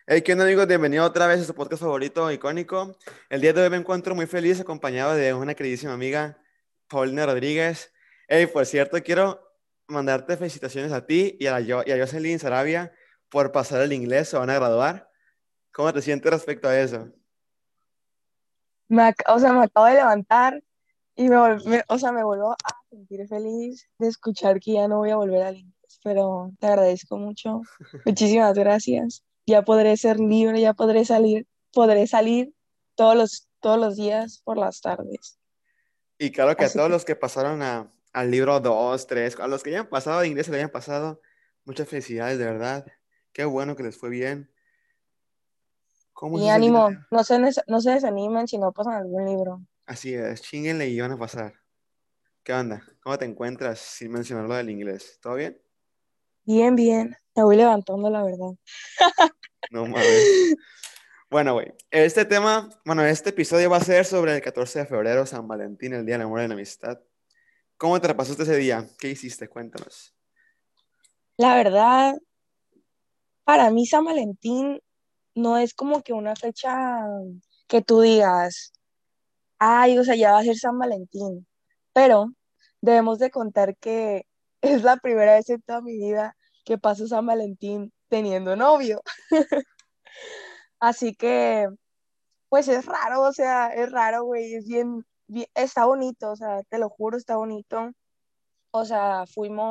Hey, ¿qué onda, amigos? Bienvenido otra vez a su podcast favorito, icónico. El día de hoy me encuentro muy feliz acompañado de una queridísima amiga, Paulina Rodríguez. Hey, por cierto, quiero mandarte felicitaciones a ti y a Jocelyn Sarabia por pasar el inglés, se van a graduar. ¿Cómo te sientes respecto a eso? O sea, me acabo de levantar y o sea, me vuelvo a sentir feliz de escuchar que ya no voy a volver al inglés, pero te agradezco mucho. Muchísimas gracias. Ya podré ser libre, ya podré salir todos los días por las tardes. Y claro que a Así todos que, los que pasaron al libro 2, 3, a los que ya han pasado de inglés y le hayan pasado, muchas felicidades, de verdad. Qué bueno que les fue bien. ¿Cómo y se sentía? ánimo, no se desanimen si no pasan algún libro. Así es, chinguenle y van a pasar. ¿Qué onda? ¿Cómo te encuentras sin mencionar lo del inglés? ¿Todo bien? Bien, bien, me voy levantando, la verdad. No mames. Bueno, güey, este episodio va a ser sobre el 14 de febrero, San Valentín, el Día del Amor y la Amistad. ¿Cómo te la pasaste ese día? ¿Qué hiciste? Cuéntanos. La verdad, para mí San Valentín no es como que una fecha que tú digas, ay, o sea, ya va a ser San Valentín, pero debemos de contar que es la primera vez en toda mi vida que paso San Valentín teniendo novio. Así que, pues es raro, o sea, es raro, güey, es está bonito, o sea, te lo juro, está bonito. O sea,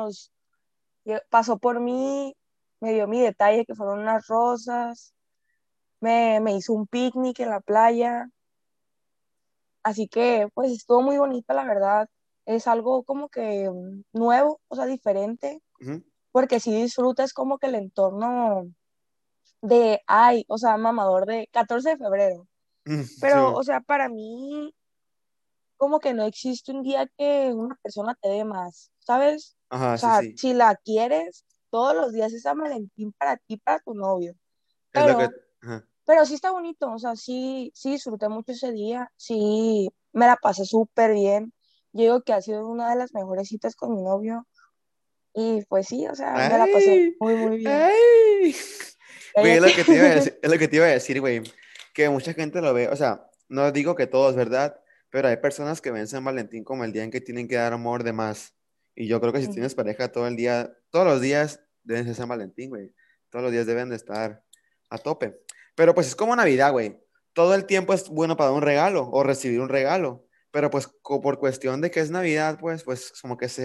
pasó por mí, me dio mi detalle, que fueron unas rosas, me hizo un picnic en la playa. Así que, pues estuvo muy bonita, la verdad. Es algo como que nuevo, o sea, diferente, Ujú. porque sí disfrutas como que el entorno ay, o sea, mamador de 14 de febrero. Sí, Pero, güey. o sea, para mí, como que no existe un día que una persona te dé más, ¿sabes? O Ajá, sí, sea, sí. si la quieres, todos los días es San Valentín para ti, para tu novio. Es lo que... Pero Ajá. Pero sí está bonito, o sea, sí disfruté mucho ese día, sí me la pasé súper bien. Yo digo que ha sido una de las mejores citas con mi novio y pues sí, o sea, me la pasé ¡Ay! muy, muy bien. ¡Ay! Güey, es Cállate. lo que te iba a decir, es lo que te iba a decir, güey. Que mucha gente lo ve, o sea, no digo que todos, ¿verdad? Pero hay personas que ven San Valentín como el día en que tienen que dar amor de más. Y yo creo que si Ujú. tienes pareja todo el día, todos los días deben ser San Valentín, güey. Todos los días deben de estar a tope. Pero pues es como Navidad, güey. Todo el tiempo es bueno para dar un regalo o recibir un regalo. Pero pues por cuestión de que es Navidad, pues como que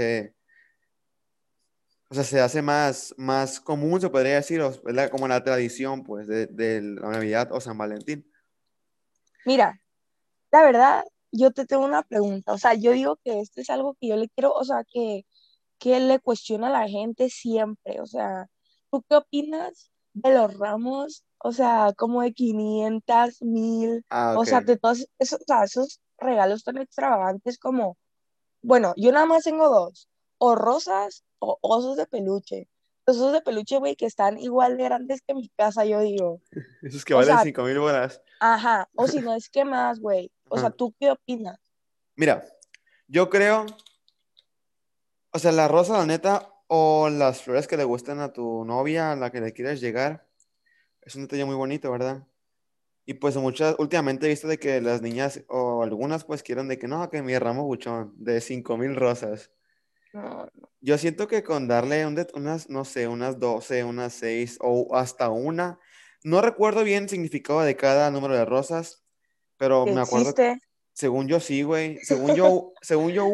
o sea, se hace más común, se podría decir, es como la tradición, pues, de la Navidad o San Valentín. Mira, la verdad, yo te tengo una pregunta, o sea, yo digo que esto es algo que yo le quiero, o sea, que le cuestiona a la gente siempre, o sea, ¿tú qué opinas de los ramos, o sea, como de 500, 1000, Ah, o ok. sea, de todos esos, o sea, esos regalos tan extravagantes como, bueno, yo nada más tengo dos, o rosas o osos de peluche. Los osos de peluche, güey, que están igual de grandes que mi casa, yo digo. Esos que O valen sea, 5.000 bolas. ajá, o si no es que más, güey. O sea, Ajá. ¿tú qué opinas? Mira, yo creo, o sea, la rosa, la neta, o las flores que le gustan a tu novia, a la que le quieres llegar, es un detalle muy bonito, ¿verdad? Y pues últimamente he visto de que las niñas, o algunas, pues quieren de que no, que mi ramo buchón, de 5.000 rosas. No, Yo siento que con darle unas, no sé, unas 12, unas 6 o hasta una, no recuerdo bien el significado de cada número de rosas, pero que me acuerdo, existe. según yo sí, güey, según yo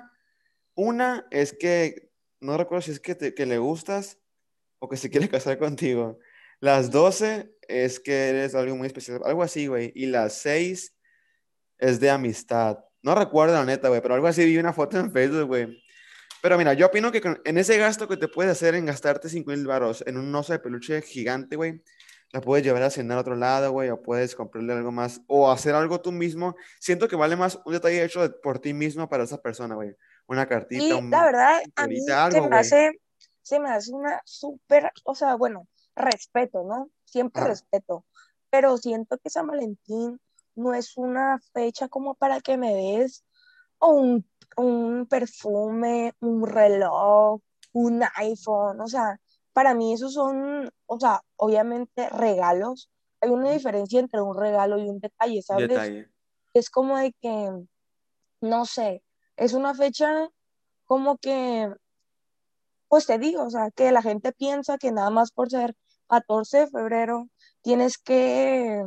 una es que, no recuerdo si es que le gustas o que se quiere casar contigo. Las 12 es que eres algo muy especial, algo así, güey, y las 6 es de amistad. No recuerdo la neta, güey, pero algo así vi una foto en Facebook, güey. Pero mira, yo opino que en ese gasto que te puedes hacer en gastarte 5.000 varos en un oso de peluche gigante, güey, la puedes llevar a cenar a otro lado, güey, o puedes comprarle algo más, o hacer algo tú mismo. Siento que vale más un detalle hecho por ti mismo para esa persona, güey. Una cartita, Y la verdad, una a mí florita, algo, güey. se me hace una súper, o sea, bueno, respeto, ¿no? Siempre Ajá. respeto, pero siento que San Valentín no es una fecha como para que me des o un perfume, un reloj, un iPhone, o sea, para mí esos son, o sea, obviamente regalos. Hay una diferencia entre un regalo y un detalle, ¿sabes? Detalle. Es como de que, no sé, es una fecha como que, pues te digo, o sea, que la gente piensa que nada más por ser 14 de febrero tienes que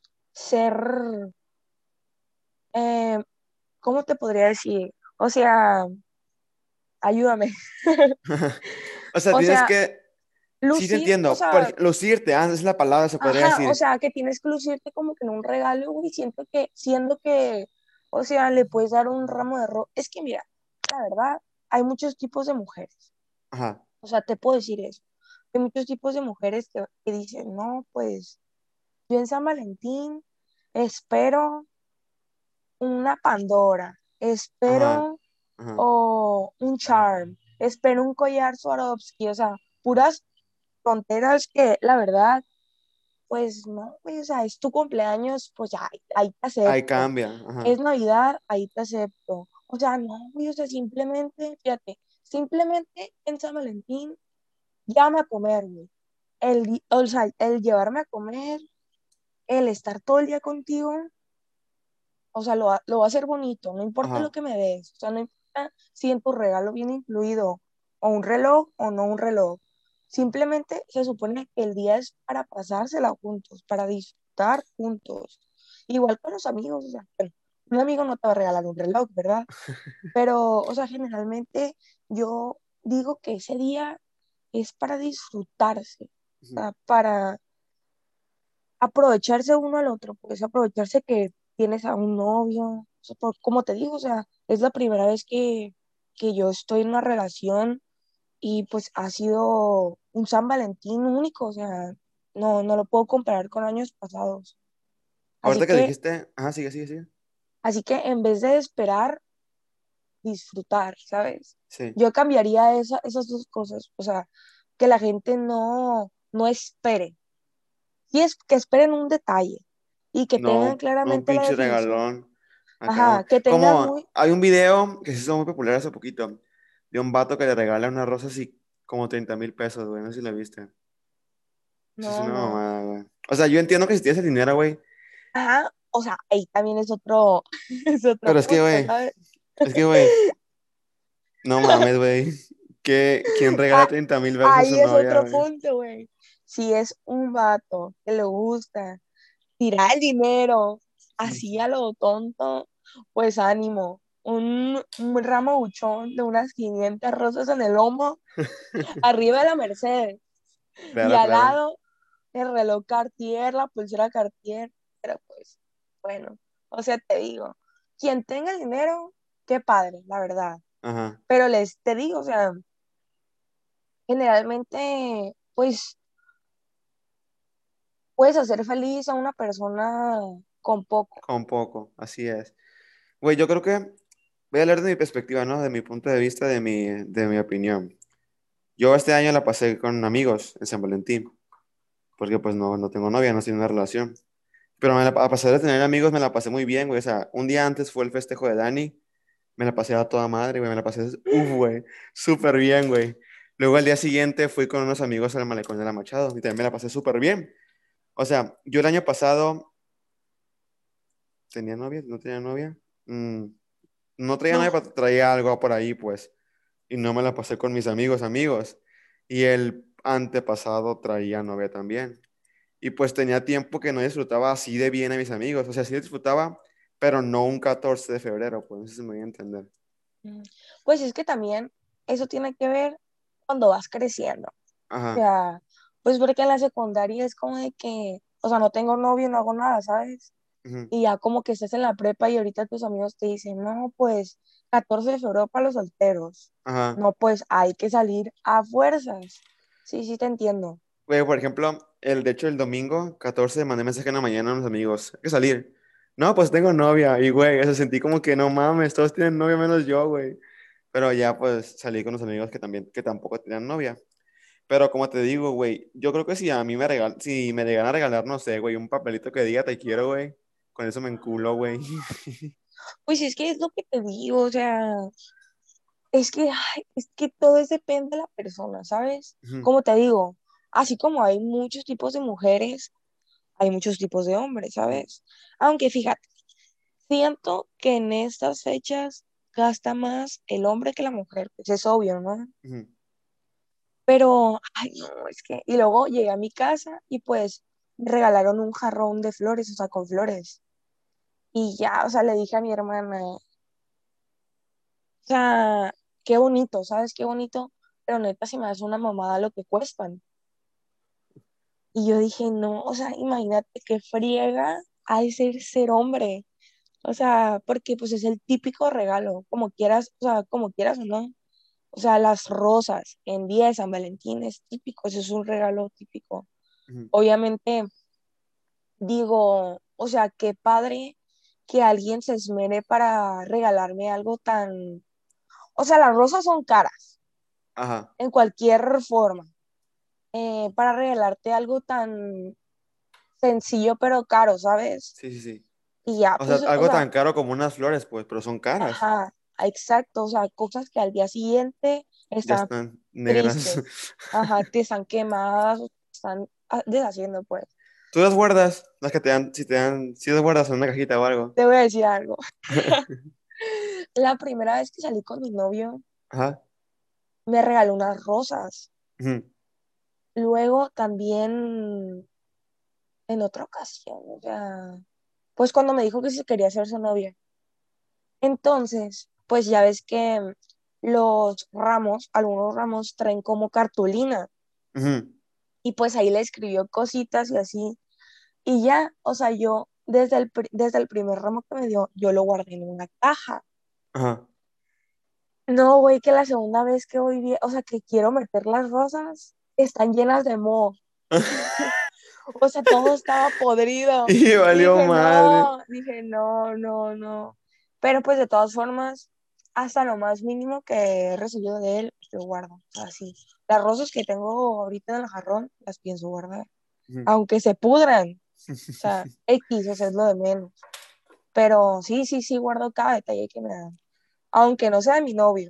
ser, eh, ¿cómo te podría decir? O sea, ayúdame. O sea, O tienes sea, que, sí te lucir, o entiendo, sea, lucirte, es la palabra, se podría ajá, o decir. sea, que tienes que lucirte como que en un regalo, güey, siendo que, o sea, le puedes dar un ramo de rosa. Es que mira, la verdad, hay muchos tipos de mujeres. Ajá, O sea, te puedo decir eso. Hay muchos tipos de mujeres que dicen, no, pues yo en San Valentín espero una Pandora, ajá, espero ajá, o un charm, espero un collar Swarovski, o sea, puras tonteras que la verdad, pues no, güey, o sea, es tu cumpleaños, pues ya, ahí te ahí acepto. cambia, ajá, Es Navidad, ahí te acepto. O sea, no, güey, o sea, simplemente, fíjate, simplemente en San Valentín, llama a comer, güey. O sea, el llevarme a comer, el estar todo el día contigo, o sea, lo va a hacer bonito, no importa lo ajá. que me des, o sea, no importa si en tu regalo viene incluido o un reloj o no un reloj. Simplemente se supone que el día es para pasársela juntos, para disfrutar juntos. Igual con los amigos, o sea, bueno, un amigo no te va a regalar un reloj, ¿verdad? Pero, o sea, generalmente yo digo que ese día es para disfrutarse, o Ujú. sea, para aprovecharse uno al otro, pues aprovecharse que tienes a un novio, o sea, como te digo, o sea, es la primera vez que yo estoy en una relación y pues ha sido un San Valentín único, o sea, no lo puedo comparar con años pasados. Así Ahorita que que, dijiste, ajá, sigue, sigue, sigue. así que en vez de esperar, disfrutar, ¿sabes? Sí, Yo cambiaría esas dos cosas, o sea, que la gente no espere, y es que esperen un detalle y que tengan no un claramente la pinche definición. regalón. Acá, Ajá, que tengan como muy, hay un video que se hizo muy popular hace poquito, de un vato que le regala unas rosas y como 30,000 pesos, güey, no sé si la viste. Sí, es no, una no. mamada, güey. O sea, yo entiendo que si tienes el dinero, güey, Ajá, o sea, ahí también es otro, es otro pero punto, ¿sabes? es que, güey, no mames, güey. ¿Quién regala Ah, 30,000 pesos a su ahí es novia, otro güey? punto, güey. Si es un vato que le gusta tirar el dinero así a lo tonto, pues ánimo. Un ramo buchón de unas 500 rosas en el lomo, arriba de la Mercedes, y Claro, al claro. lado el reloj Cartier, la pulsera Cartier, pero pues, bueno, o sea, te digo, quien tenga el dinero, qué padre, la verdad. Ajá. Pero te digo, o sea, generalmente, pues, puedes hacer feliz a una persona con poco. Con poco, así es. Güey, yo creo que voy a hablar de mi perspectiva, ¿no? De mi punto de vista, de mi opinión. Yo este año la pasé con amigos en San Valentín, porque pues no tengo novia, no estoy en una relación. Pero a pesar de tener amigos, me la pasé muy bien, güey. O sea, un día antes fue el festejo de Dani, me la pasé a toda madre, güey. Me la pasé, güey, súper bien, güey. Luego al día siguiente fui con unos amigos al malecón de la Machado y también me la pasé súper bien. O sea, yo el año pasado tenía novia, no tenía novia. Mm, no traía No, novia, pero traía algo por ahí, pues. Y no me la pasé con mis amigos. Y el antepasado traía novia también. Y pues tenía tiempo que no disfrutaba así de bien a mis amigos. O sea, sí disfrutaba, pero no un 14 de febrero, pues no sé si me voy a entender. mm, pues es que también eso tiene que ver cuando vas creciendo. O Ajá. sea, pues porque en la secundaria es como de que, o sea, no tengo novio, no hago nada, ¿sabes? Ujú, Y ya como que estás en la prepa y ahorita tus amigos te dicen, no, pues 14 de febrero para los solteros. ajá. No, pues hay que salir a fuerzas. Sí, sí, te entiendo. Güey, por ejemplo, de hecho, el domingo 14 mandé mensaje en la mañana a unos amigos. Hay que salir. No, pues tengo novia. Y, güey, eso sentí como que no mames, todos tienen novia menos yo, güey. Pero ya, pues, salí con los amigos que tampoco tenían novia. Pero como te digo, güey, yo creo que si me llegan a regalar, no sé, güey, un papelito que diga te quiero, güey, con eso me enculo, güey. Pues es que es lo que te digo, o sea, es que todo depende de la persona, ¿sabes? Ujú, Como te digo, así como hay muchos tipos de mujeres, hay muchos tipos de hombres, ujú, ¿sabes? Aunque fíjate, siento que en estas fechas gasta más el hombre que la mujer, pues es obvio, ¿no? ujú. Pero, ay, no, es que, y luego llegué a mi casa y pues me regalaron un jarrón de flores, o sea, con flores. Y ya, o sea, le dije a mi hermana, o sea, qué bonito, ¿sabes? Qué bonito, pero neta, si me das una mamada lo que cuestan. Y yo dije, no, o sea, imagínate qué friega ha de ser hombre. O sea, porque pues es el típico regalo, como quieras, o sea, como quieras o no. O sea, las rosas en día de San Valentín es típico, eso es un regalo típico. Ujú. Obviamente, digo, o sea, qué padre que alguien se esmere para regalarme algo tan... O sea, las rosas son caras, Ajá. en cualquier forma. Para regalarte algo tan sencillo pero caro, ¿sabes? Sí, sí, sí. Y ya, O sea, pues, o algo sea, tan caro como unas flores, pues, pero son caras. ajá, exacto, o sea, cosas que al día siguiente Ya están están negras. tristes, ajá, te están quemadas, o te están deshaciendo, pues. ¿Tú las guardas? Las que te dan, si te dan, si las guardas en una cajita o algo. Te voy a decir algo. La primera vez que salí con mi novio, Ajá. me regaló unas rosas. Ujú, Luego también en otra ocasión, o sea, pues cuando me dijo que si quería ser su novia. Entonces, pues ya ves que los ramos, algunos ramos traen como cartulina ujú, y pues ahí le escribió cositas y así. Y ya, o sea, yo desde el primer ramo que me dio, yo lo guardé en una caja. ajá. No, güey, que la segunda vez que voy bien, o sea, que quiero meter las rosas, están llenas de moho. O sea, todo estaba podrido. Y valió madre. Dije, no, no, no. Pero pues de todas formas, hasta lo más mínimo que he recibido de él, yo guardo. Así. Las rosas que tengo ahorita en el jarrón, las pienso guardar. Ujú. Aunque se pudran. O sea, X, o sea, es lo de menos. Pero sí, sí, sí, guardo cada detalle que me dan. Aunque no sea de mi novio.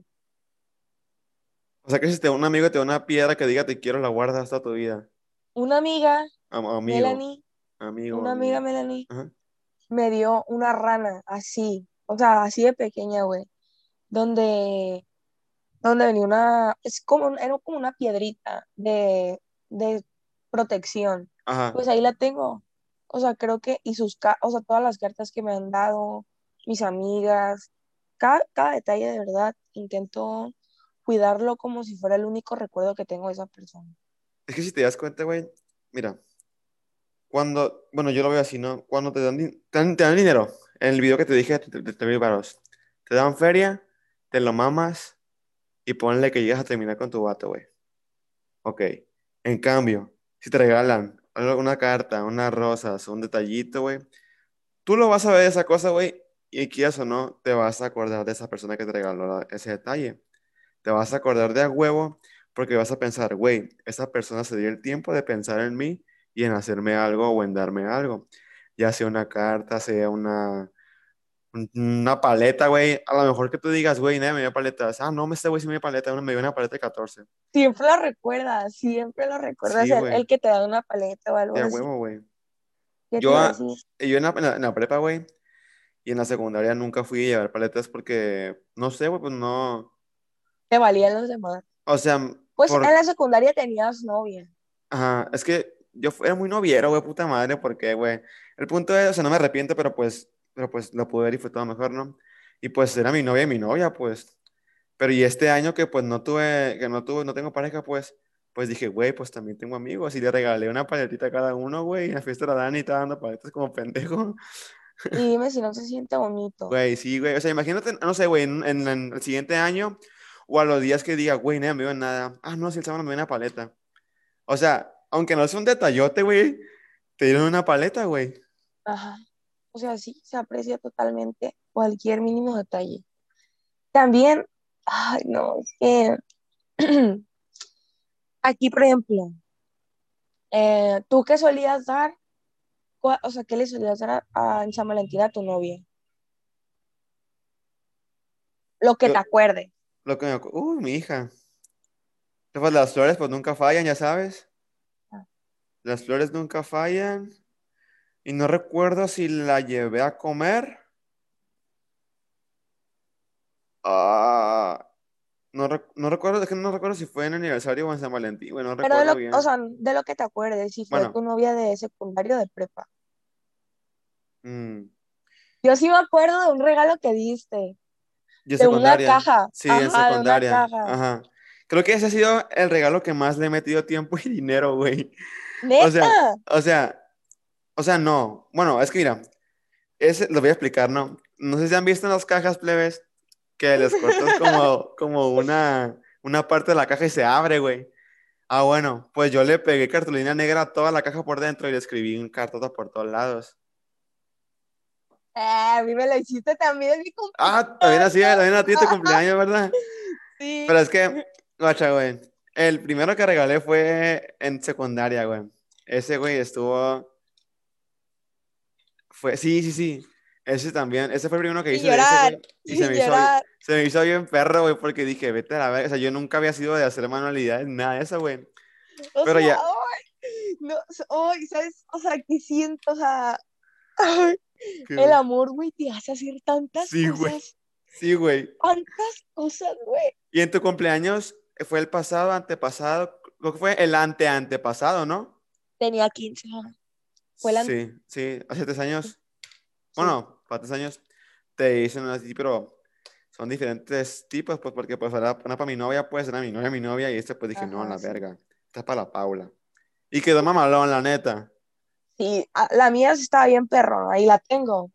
O sea que si te un amigo te da una piedra que diga te quiero, la guardas hasta tu vida. Una amiga, Amigo, Melanie, amigo, una amiga, amigo. Melanie, Ajá, me dio una rana así. O sea, así de pequeña, güey. Donde venía una, es como, era como una piedrita de protección. ajá. Pues ahí la tengo. O sea, creo que, y o sea, todas las cartas que me han dado, mis amigas, cada detalle de verdad, intento cuidarlo como si fuera el único recuerdo que tengo de esa persona. Es que si te das cuenta, güey, mira, cuando, bueno, yo lo veo así, ¿no? Cuando te dan dinero, en el video que te dije, te mil varos, te dan feria, te lo mamas y ponle que llegas a terminar con tu vato, güey. Ok. En cambio, si te regalan una carta, unas rosas, un detallito, güey, tú lo vas a ver esa cosa, güey, y quieras o no, te vas a acordar de esa persona que te regaló ese detalle. Te vas a acordar de a huevo porque vas a pensar, güey, esa persona se dio el tiempo de pensar en mí y en hacerme algo o en darme algo. Ya sea una carta, sea una paleta, güey. A lo mejor que tú digas, güey, nadie me dio paletas. Ah, no, este güey sí me dio paleta, me dio una paleta de 14. Siempre lo recuerdas, Sí, el güey, que te da una paleta o algo de a así. huevo, güey. ¿Qué te Yo, iba a decir? yo en la prepa, güey, y en la secundaria nunca fui a llevar paletas porque, no sé, güey, pues no. Te valían los demás. O sea, Pues en por, la secundaria tenías novia. ajá, es que era muy noviero, güey, puta madre, porque, güey, el punto es, o sea, no me arrepiento, pero pues lo pude haber disfrutado mejor, ¿no? Y pues era mi novia y mi novia, pues. Pero y este año que pues no tengo pareja, pues dije, güey, pues también tengo amigos y le regalé una paletita a cada uno, güey, y en la fiesta de la Dani estaba dando paletas como pendejo. Y dime si no se siente bonito. Güey, sí, güey, o sea, imagínate, no sé, güey, en el siguiente año o a los días que diga, güey, nadie me dio nada. Ah, no, si el sábado me dio una paleta. O sea, aunque no es un detallote, güey, te dieron una paleta, güey. Ajá. O sea, sí, se aprecia totalmente cualquier mínimo detalle. También, ay, no, es que aquí, por ejemplo, ¿tú qué solías dar? O sea, ¿qué le solías dar en San Valentín a tu novia? Lo que te Yo, acuerdes. lo que mi hija. Pues las flores pues nunca fallan, ya sabes. Las flores nunca fallan. Y no recuerdo si la llevé a comer. Ah, no recuerdo, es que no recuerdo si fue en aniversario o en San Valentín, güey, no Pero de recuerdo lo, o bien. sea, de lo que te acuerdes, si fue Bueno, tu novia de secundario o de prepa. mm, Yo sí me acuerdo de un regalo que diste, yo de una secundaria. caja, Sí, en ajá, de una secundaria. caja. Ajá. Creo que ese ha sido el regalo que más le he metido tiempo y dinero, güey. O sea, Neta, o sea, no. Bueno, es que mira, lo voy a explicar, ¿no? No sé si han visto en las cajas plebes que les cortas como una parte de la caja y se abre, güey. Ah, bueno, pues yo le pegué cartulina negra a toda la caja por dentro y le escribí un cartota por todos lados. a mí me lo hiciste también en mi Ah, también a ti tu cumpleaños. cumpleaños, ¿verdad? Pero Sí. es que, guacha, güey, el primero que regalé fue en secundaria, güey. Ese, güey, sí, sí, sí. Ese también, ese fue el primero que Sin hice de ese, llorar, güey. Y sin llorar. se me hizo bien perro, güey, porque dije, vete a la verga. O sea, yo nunca había sido de hacer manualidades, nada de eso, güey. O Pero sea, ya, ay, no, ay, ¿sabes? O sea, ¿qué siento? O sea, ay, que, el güey. amor, güey, te hace hacer Sí, güey. Sí, güey. tantas cosas, güey. Y en tu cumpleaños fue el pasado, antepasado, creo que fue el antepasado, ¿no? Tenía 15 años. Fue la, Sí, sí, hace 3 años. sí, Bueno, para 3 años te dicen así, pero son diferentes tipos, pues porque pues una para mi novia, pues era mi novia, y este pues dije, no, ajá, la sí. verga, esta es para la Paula. Y quedó mamalón, la neta. Sí, la mía sí estaba bien perrona, ahí la tengo.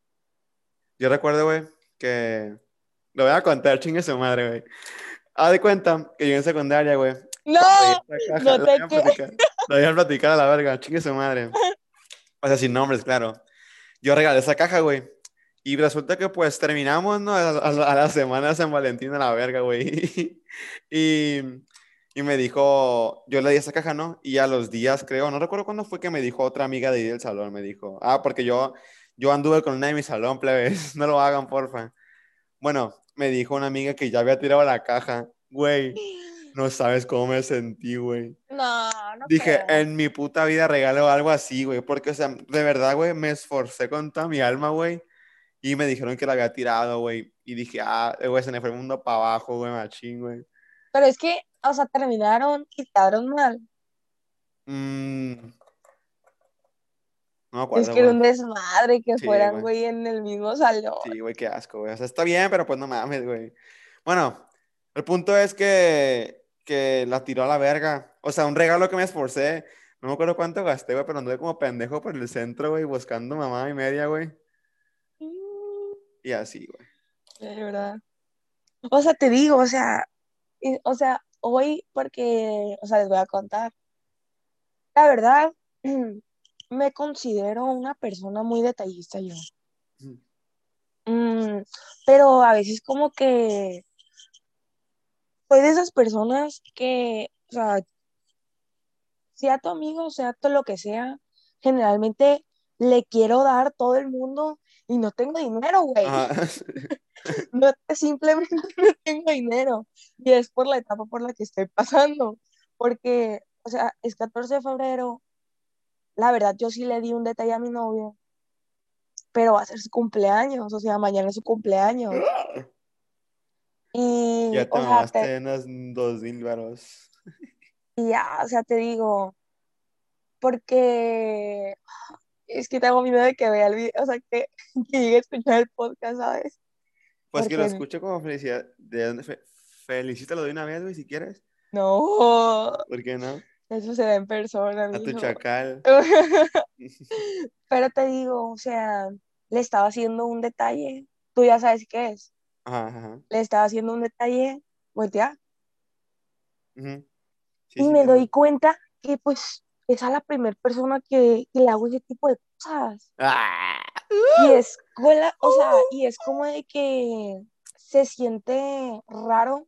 Yo recuerdo, güey, que lo voy a contar, chingue su madre, güey. Haz de cuenta que yo en secundaria, güey, No, conseguí esta caja, no te que. la voy a platicar a la verga, chingue su madre. O sea, sin nombres, claro. Yo regalé esa caja, güey. Y resulta que pues terminamos, ¿no? A la semana de San Valentín a la verga, güey. Y, y me dijo, yo le di esa caja, ¿no? Y a los días, creo, no recuerdo cuándo fue que me dijo otra amiga de ahí del salón, me dijo, porque yo anduve con una de mi salón, plebes, no lo hagan, porfa. Bueno, me dijo una amiga que ya había tirado la caja, güey, no sabes cómo me sentí, güey. No, no Dije, creo. en mi puta vida regalo algo así, güey, porque, o sea, de verdad, güey, me esforcé con toda mi alma, güey, y me dijeron que la había tirado, güey, y dije, güey, se me fue el mundo para abajo, güey, machín, güey. Pero es que, o sea, terminaron y quedaron mal. Mm, no me Es acuerdo, que era güey. un desmadre que Sí, fueran, güey. güey, en el mismo salón. Sí, güey, qué asco, güey. O sea, está bien, pero pues no mames, güey. Bueno, el punto es que la tiró a la verga. O sea, un regalo que me esforcé. No me acuerdo cuánto gasté, güey, pero anduve como pendejo por el centro, güey, buscando mamá y media, güey. Mm, Y así, güey. de verdad. O sea, te digo, o sea, o sea, hoy porque, o sea, les voy a contar. La verdad, me considero una persona muy detallista yo. Mm, pero a veces como que soy de esas personas que, o sea, sea tu amigo, sea todo lo que sea, generalmente le quiero dar todo el mundo y no tengo dinero, güey. Ajá. No, simplemente no tengo dinero. Y es por la etapa por la que estoy pasando. Porque, o sea, es 14 de febrero. La verdad, yo sí le di un detalle a mi novio, pero va a ser su cumpleaños. O sea, mañana es su cumpleaños. Y, Ya te o sea, mamaste unos 2,000 varos. y ya, o sea, te digo, porque es que tengo miedo de que vea el video, o sea, que llegue a escuchar el podcast, ¿sabes? Pues que lo Porque escucho como felicidad. Felicítalo de una vez, güey, si quieres. no, ¿Por qué no? eso se da en persona, A tu mijo. chacal. Pero te digo, o sea, le estaba haciendo un detalle, tú ya sabes qué es, Ajá, ajá. le estaba haciendo un detalle, voltea, Ujú. Sí, y sí, me doy entiendo. cuenta que pues es a la primera persona que le hago ese tipo de cosas. ¡Ah! Y es, o sea, y es como de que se siente raro,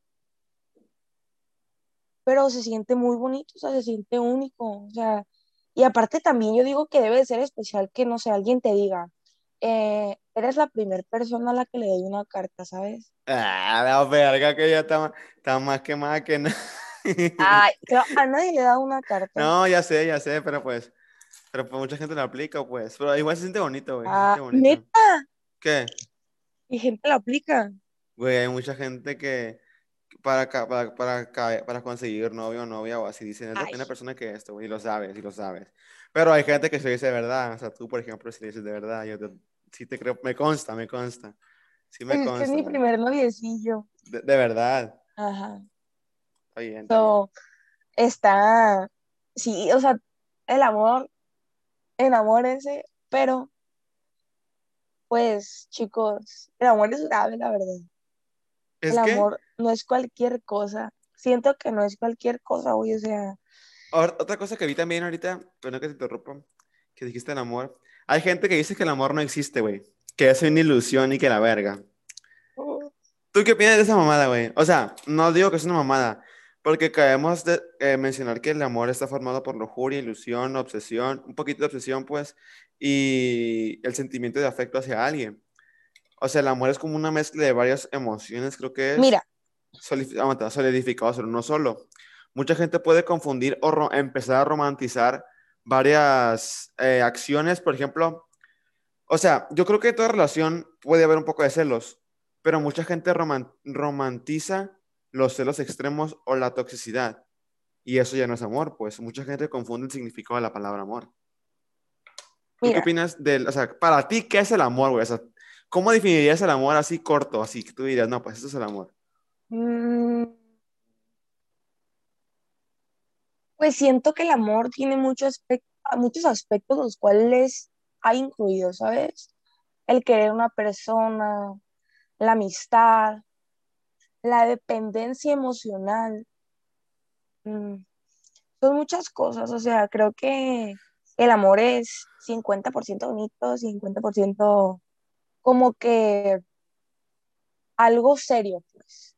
pero se siente muy bonito, o sea, se siente único, o sea, y aparte también yo digo que debe de ser especial que, no sé, alguien te diga. Eres la primera persona a la que le doy una carta, ¿sabes? Ah, la verga que ya está más quemada que nada. Ay, creo, a nadie le da una carta. No, ya sé, pero pues mucha gente lo aplica, pues. Pero igual se siente bonito, güey, se siente Ah, bonito. neta, ¿Qué? y gente la aplica. Güey, hay mucha gente que para conseguir novio o novia o así dicen, es la Ay, primera persona que esto, güey, y lo sabes, y lo sabes. Pero hay gente que se dice de verdad, o sea, tú, por ejemplo, si le dices de verdad, sí te creo, me consta, sí me pues es que es consta, mi güey. primer noviecillo. De verdad, Ajá. está bien, está bien. So, está, sí, o sea, el amor, enamórense, pero pues chicos, el amor es grave, la verdad. El Es que, amor no es cualquier cosa. Siento que no es cualquier cosa, güey, o sea, otra cosa que vi también ahorita, pero que te interrumpa, que dijiste el amor, hay gente que dice que el amor no existe, güey, que es una ilusión y que la verga. uh, ¿Tú qué opinas de esa mamada, güey? O sea, no digo que es una mamada, porque caemos de mencionar que el amor está formado por lujuria, ilusión, obsesión, un poquito de obsesión, pues, y el sentimiento de afecto hacia alguien. O sea, el amor es como una mezcla de varias emociones, creo que es mira, solidificado sobre uno solo. Mucha gente puede confundir o empezar a romantizar varias acciones, por ejemplo. O sea, yo creo que en toda relación puede haber un poco de celos, pero mucha gente romantiza los celos extremos o la toxicidad. Y eso ya no es amor, pues mucha gente confunde el significado de la palabra amor. ¿Tú qué mira, opinas del, o sea, para ti, qué es el amor, güey? O sea, ¿cómo definirías el amor así corto, así que tú dirías, no, pues eso es el amor? mm, pues siento que el amor tiene muchos aspectos los cuales ha incluido, ¿sabes? El querer a una persona, la amistad, la dependencia emocional, mm, son muchas cosas, o sea, creo que el amor es 50% bonito, 50% como que algo serio, pues.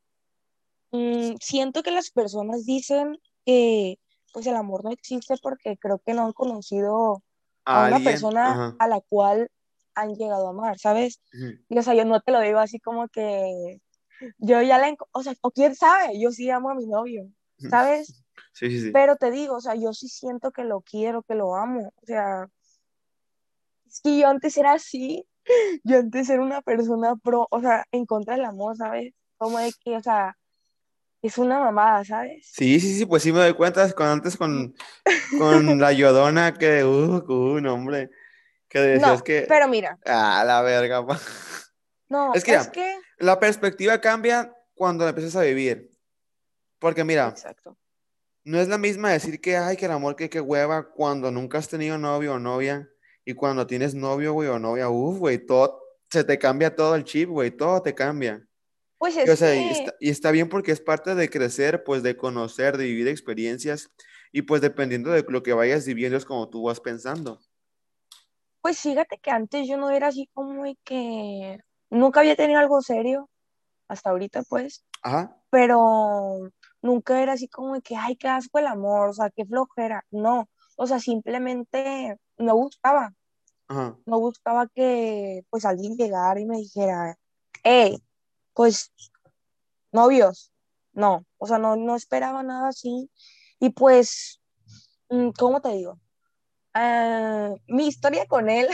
Siento que las personas dicen que pues el amor no existe porque creo que no han conocido a A una alguien, persona ajá. a la cual han llegado a amar, ¿sabes? Ujú, Y o sea, yo no te lo digo así como que yo ya o sea, o quién sabe, yo sí amo a mi novio, ujú. ¿sabes? Sí, sí, sí. Pero te digo, o sea, yo sí siento que lo quiero, que lo amo, o sea, es que yo antes era así, yo antes era una persona pro, o sea, en contra del amor, ¿sabes? Como de que, o sea, es una mamada, ¿sabes? Sí, sí, sí, pues sí me doy cuenta antes con la Yodona que, no, hombre, que decías No, que, pero mira, la verga, pa. no, Es que es ya, que, la perspectiva cambia cuando la empiezas a vivir. Porque mira, exacto. no es la misma decir que, ay, que el amor que hueva cuando nunca has tenido novio o novia. Y cuando tienes novio, güey, o novia, güey, todo, se te cambia todo el chip, güey, todo te cambia. Pues Y, o es sea, que, y está bien porque es parte de crecer, pues de conocer, de vivir experiencias. Y pues dependiendo de lo que vayas viviendo es como tú vas pensando. pues fíjate que antes yo no era así como de que nunca había tenido algo serio, hasta ahorita pues, Ajá, pero nunca era así como de que, ay, qué asco el amor, o sea, qué flojera, no, o sea, simplemente ajá. no buscaba que pues alguien llegara y me dijera, hey, pues novios, no, o sea, no, no esperaba nada así, y pues, ¿cómo te digo? Mi historia con él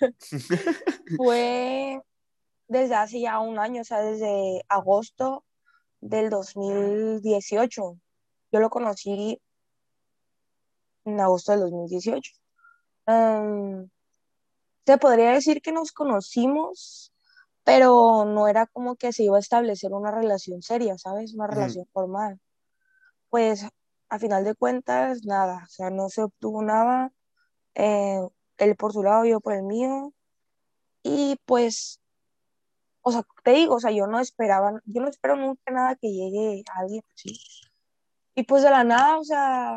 fue desde hace ya un año, o sea, desde agosto del 2018. Yo lo conocí en agosto del 2018. Um, Se podría decir que nos conocimos, pero no era como que se iba a establecer una relación seria, ¿sabes? Una Ujú. relación formal. Pues a final de cuentas, nada, o sea, no se obtuvo nada. eh, Él por su lado, yo por el mío. Y pues, o sea, te digo, o sea, yo no espero nunca nada que llegue a alguien así. Y pues de la nada, o sea,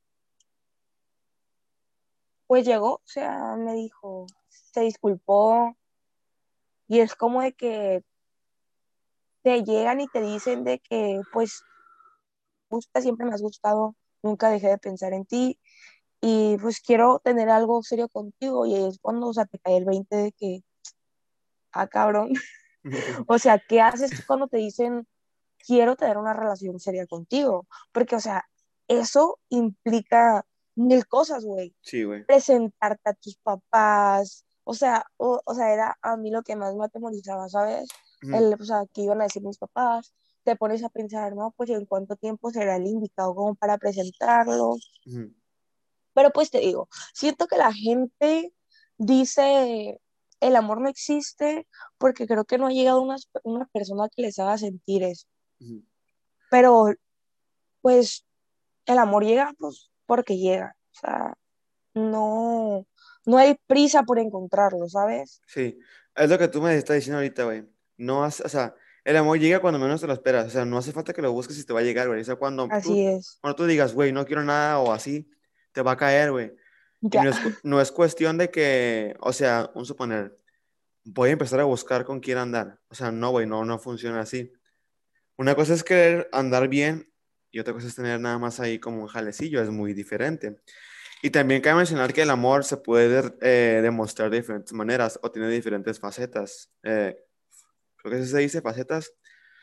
pues llegó, o sea, me dijo, se disculpó y es como de que te llegan y te dicen de que, pues, siempre me has gustado, nunca dejé de pensar en ti y pues quiero tener algo serio contigo y ahí es cuando, o sea, te cae el 20 de que, ah, cabrón, o sea, ¿qué haces cuando te dicen, quiero tener una relación seria contigo? Porque, o sea, eso implica mil cosas, güey. Sí, güey. Presentarte a tus papás, o sea, era a mí lo que más me atemorizaba, ¿sabes? Ujú, O sea, que iban a decir mis papás, te pones a pensar, ¿no? Pues en cuánto tiempo será el indicado como para presentarlo. ujú. Pero pues te digo, siento que la gente dice, el amor no existe porque creo que no ha llegado una persona que les haga sentir eso. Ujú. Pero pues el amor llega pues porque llega. O sea, no, no hay prisa por encontrarlo, ¿sabes? Sí, es lo que tú me estás diciendo ahorita, güey. No hace, o sea, el amor llega cuando menos te lo esperas. O sea, no hace falta que lo busques y te va a llegar, güey. O sea, Así es. cuando tú digas, güey, no quiero nada o así, te va a caer, güey. Y Ya. no es cuestión de que, o sea, un suponer, voy a empezar a buscar con quién andar. O sea, no, güey, no funciona así. Una cosa es querer andar bien y otra cosa es tener nada más ahí como un jalecillo, es muy diferente. Y también cabe mencionar que el amor se puede demostrar de diferentes maneras o tiene diferentes facetas. Creo que así se dice facetas.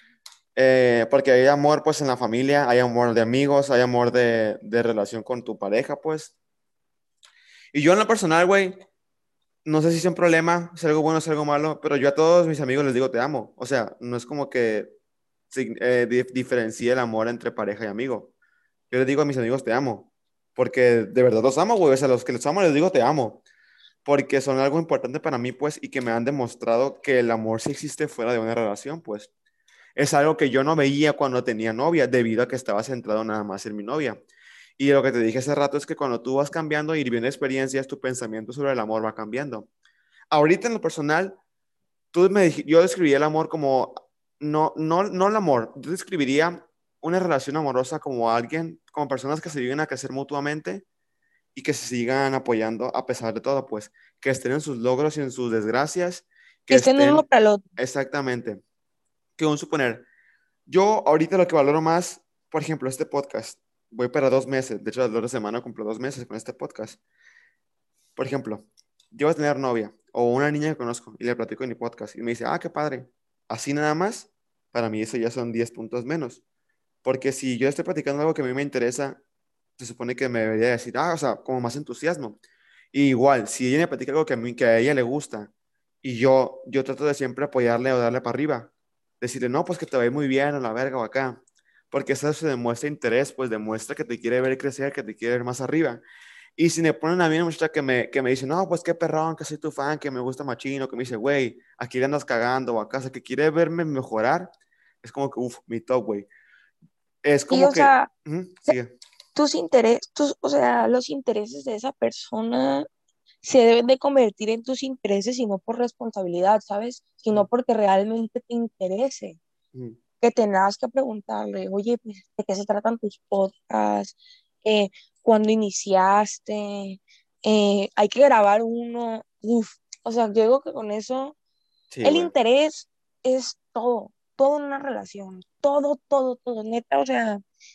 Porque hay amor pues en la familia, hay amor de amigos, hay amor de relación con tu pareja, pues. Y yo en lo personal, güey, no sé si es un problema, es algo bueno, es algo malo, pero yo a todos mis amigos les digo te amo. O sea, no es como que diferencie el amor entre pareja y amigo. Yo les digo a mis amigos te amo, porque de verdad los amo, güey. O sea, los que los amo les digo te amo, porque son algo importante para mí, pues, y que me han demostrado que el amor sí existe fuera de una relación, pues. Es algo que yo no veía cuando tenía novia, debido a que estaba centrado nada más en mi novia. Y lo que te dije hace rato es que cuando tú vas cambiando y viviendo experiencias, tu pensamiento sobre el amor va cambiando. Ahorita en lo personal, yo describiría el amor como, no el amor, yo describiría una relación amorosa como alguien, como personas que se lleguen a crecer mutuamente y que se sigan apoyando a pesar de todo, pues, que estén en sus logros y en sus desgracias, Que que estén uno estén para el otro. exactamente, que un suponer, yo ahorita lo que valoro más, por ejemplo, este podcast, voy para 2 meses, de hecho la otra semana cumplo 2 meses con este podcast. Por ejemplo, yo voy a tener novia o una niña que conozco y le platico en mi podcast y me dice, ah, qué padre. Así nada más, para mí eso ya son 10 puntos menos. Porque si yo estoy platicando algo que a mí me interesa, se supone que me debería decir, ah, o sea, como más entusiasmo. Y igual, si ella me platica algo que a ella le gusta y yo trato de siempre apoyarle o darle para arriba, decirle, no, pues que te va a ir muy bien a la verga o acá. Porque eso se demuestra interés, pues demuestra que te quiere ver crecer, que te quiere ver más arriba. Y si me ponen a mí una muchacha que me dice, no, pues qué perrón, que soy tu fan, que me gusta machino, que me dice, güey, aquí le andas cagando o acá, o sea, que quiere verme mejorar, es como que, uff, mi top, güey. Es Sí, como o que, sea, sigue. o sea, los intereses de esa persona se deben de convertir en tus intereses y no por responsabilidad, ¿sabes? Sino Ujú, porque realmente te interese. ujú. Que tengas que preguntarle, oye, pues, ¿de qué se tratan tus podcasts? ¿Cuándo iniciaste? Hay que grabar uno. Uf, o sea, yo digo que con eso, Sí, el güey. interés es todo, todo en una relación, todo, todo, todo, neta, o sea,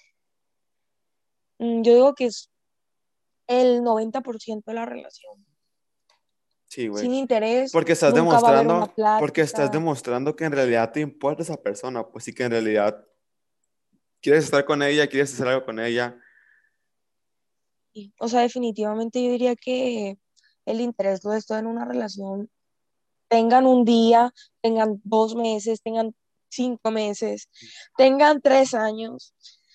yo digo que es el 90% de la relación. Sí, güey. Sin interés, nunca va a haber una Porque estás plática. demostrando que en realidad te importa esa persona, pues sí que en realidad quieres estar con ella, quieres hacer algo con ella. O sea, definitivamente yo diría que el interés lo es todo en una relación. Tengan un día, tengan 2 meses, tengan 5 meses, tengan 3 años.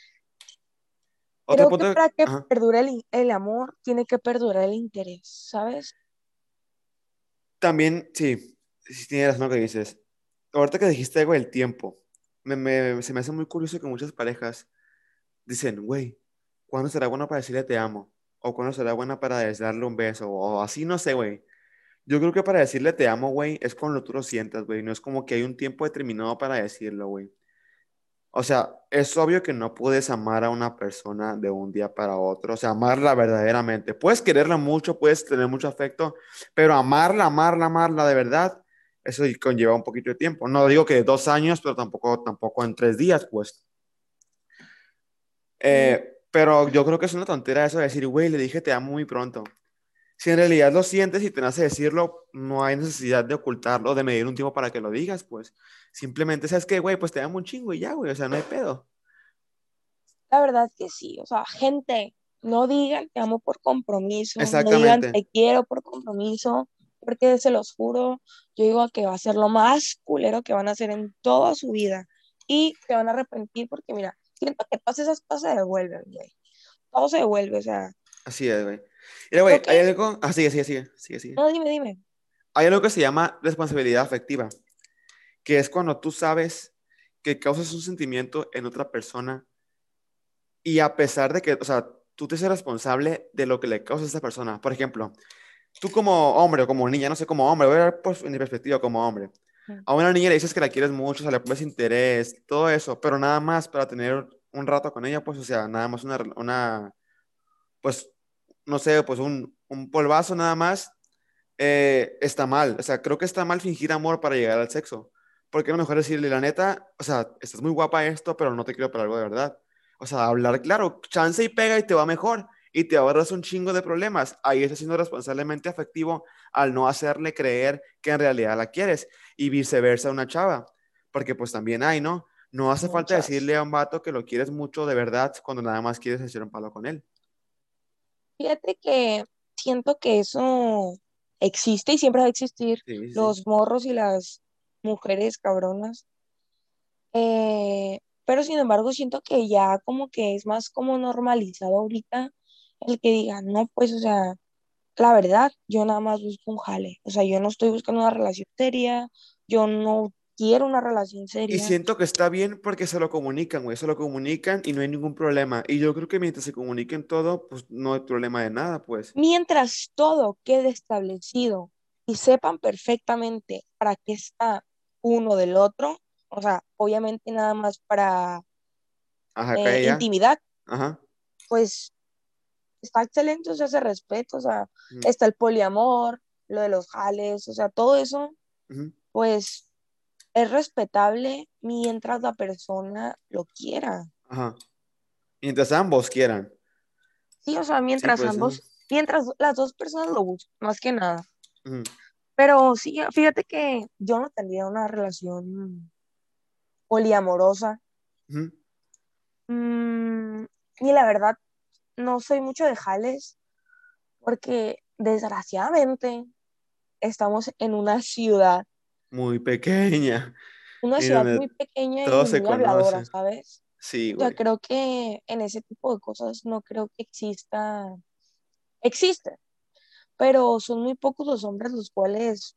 Otro Creo que punto, para que ajá. perdure el amor, tiene que perdurar el interés, ¿sabes? También, sí, sí tienes razón lo que dices. Ahorita que dijiste algo del tiempo, se me hace muy curioso que muchas parejas dicen, güey, ¿cuándo será bueno para decirle te amo? O ¿cuándo será buena para darle un beso? O así, no sé, güey. Yo creo que para decirle te amo, güey, es cuando tú lo sientas, güey. No es como que hay un tiempo determinado para decirlo, güey. O sea, es obvio que no puedes amar a una persona de un día para otro. O sea, amarla verdaderamente. Puedes quererla mucho, puedes tener mucho afecto, pero amarla de verdad, eso conlleva un poquito de tiempo. No digo que 2 años, pero tampoco en 3 días, pues. Sí. Pero yo creo que es una tontera eso de decir, güey, le dije te amo muy pronto. Si en realidad lo sientes y te nace decirlo, no hay necesidad de ocultarlo, de medir un tiempo para que lo digas, pues. Simplemente, ¿sabes qué, güey? Pues te amo un chingo y ya, güey, o sea, no hay pedo. La verdad que sí, o sea, gente, no digan te amo por compromiso, no digan Exactamente. te quiero por compromiso, porque se los juro, yo digo que va a ser lo más culero que van a hacer en toda su vida y se van a arrepentir porque mira, siento que todas esas cosas se devuelven, güey, todo se devuelve, o sea, Así es, güey. Mira, creo güey, que, hay algo. Ah, sigue, sigue, sigue, sigue, sigue. no, dime, dime, Hay algo que se llama responsabilidad afectiva, que es cuando tú sabes que causas un sentimiento en otra persona y a pesar de que, o sea, tú te haces responsable de lo que le causas a esa persona. Por ejemplo, tú como hombre o como niña, no sé, como hombre, voy a ver pues, en mi perspectiva como hombre. mm, A una niña le dices que la quieres mucho, o sea, le pones interés, todo eso, pero nada más para tener un rato con ella, pues, o sea, nada más pues, no sé, pues un polvazo nada más, está mal. O sea, creo que está mal fingir amor para llegar al sexo. Porque a lo mejor decirle, la neta, o sea, estás muy guapa esto, pero no te quiero para algo de verdad. O sea, hablar claro, chance y pega y te va mejor. Y te ahorras un chingo de problemas. Ahí estás siendo responsablemente afectivo al no hacerle creer que en realidad la quieres. Y viceversa a una chava. Porque pues también hay, ¿no? No hace falta muchas. decirle a un vato que lo quieres mucho de verdad cuando nada más quieres echar un palo con él. Fíjate que siento que eso existe y siempre va a existir, Sí, sí, sí. los morros y las mujeres cabronas. Pero sin embargo, siento que ya como que es más como normalizado ahorita el que diga, no, pues, o sea, la verdad, yo nada más busco un jale. O sea, yo no estoy buscando una relación seria, yo no quiero una relación Y seria. siento que está bien porque se lo comunican, güey, se lo comunican y no hay ningún problema. Y yo creo que mientras se comuniquen todo, pues no hay problema de nada, pues. Mientras todo quede establecido y sepan perfectamente para qué está uno del otro, o sea, obviamente nada más para Ajá, acá y allá. intimidad, Ajá. pues está excelente, o sea, se respeta, o sea, Ujú, está el poliamor, lo de los jales, o sea, todo eso, ujú, pues es respetable mientras la persona lo quiera. ajá. Mientras ambos quieran. Sí, o sea, Sí, pues. Ajá. mientras las dos personas lo buscan, más que nada. Ujú, Pero sí, fíjate que yo no tendría una relación poliamorosa. ujú. Mm, y la verdad, no soy mucho de jales porque desgraciadamente estamos en Muy pequeña. una Y ciudad donde muy pequeña y todos se muy habladora, conocen. ¿sabes? Sí, O sea, güey. creo que en ese tipo de cosas no creo que existe, pero son muy pocos los hombres los cuales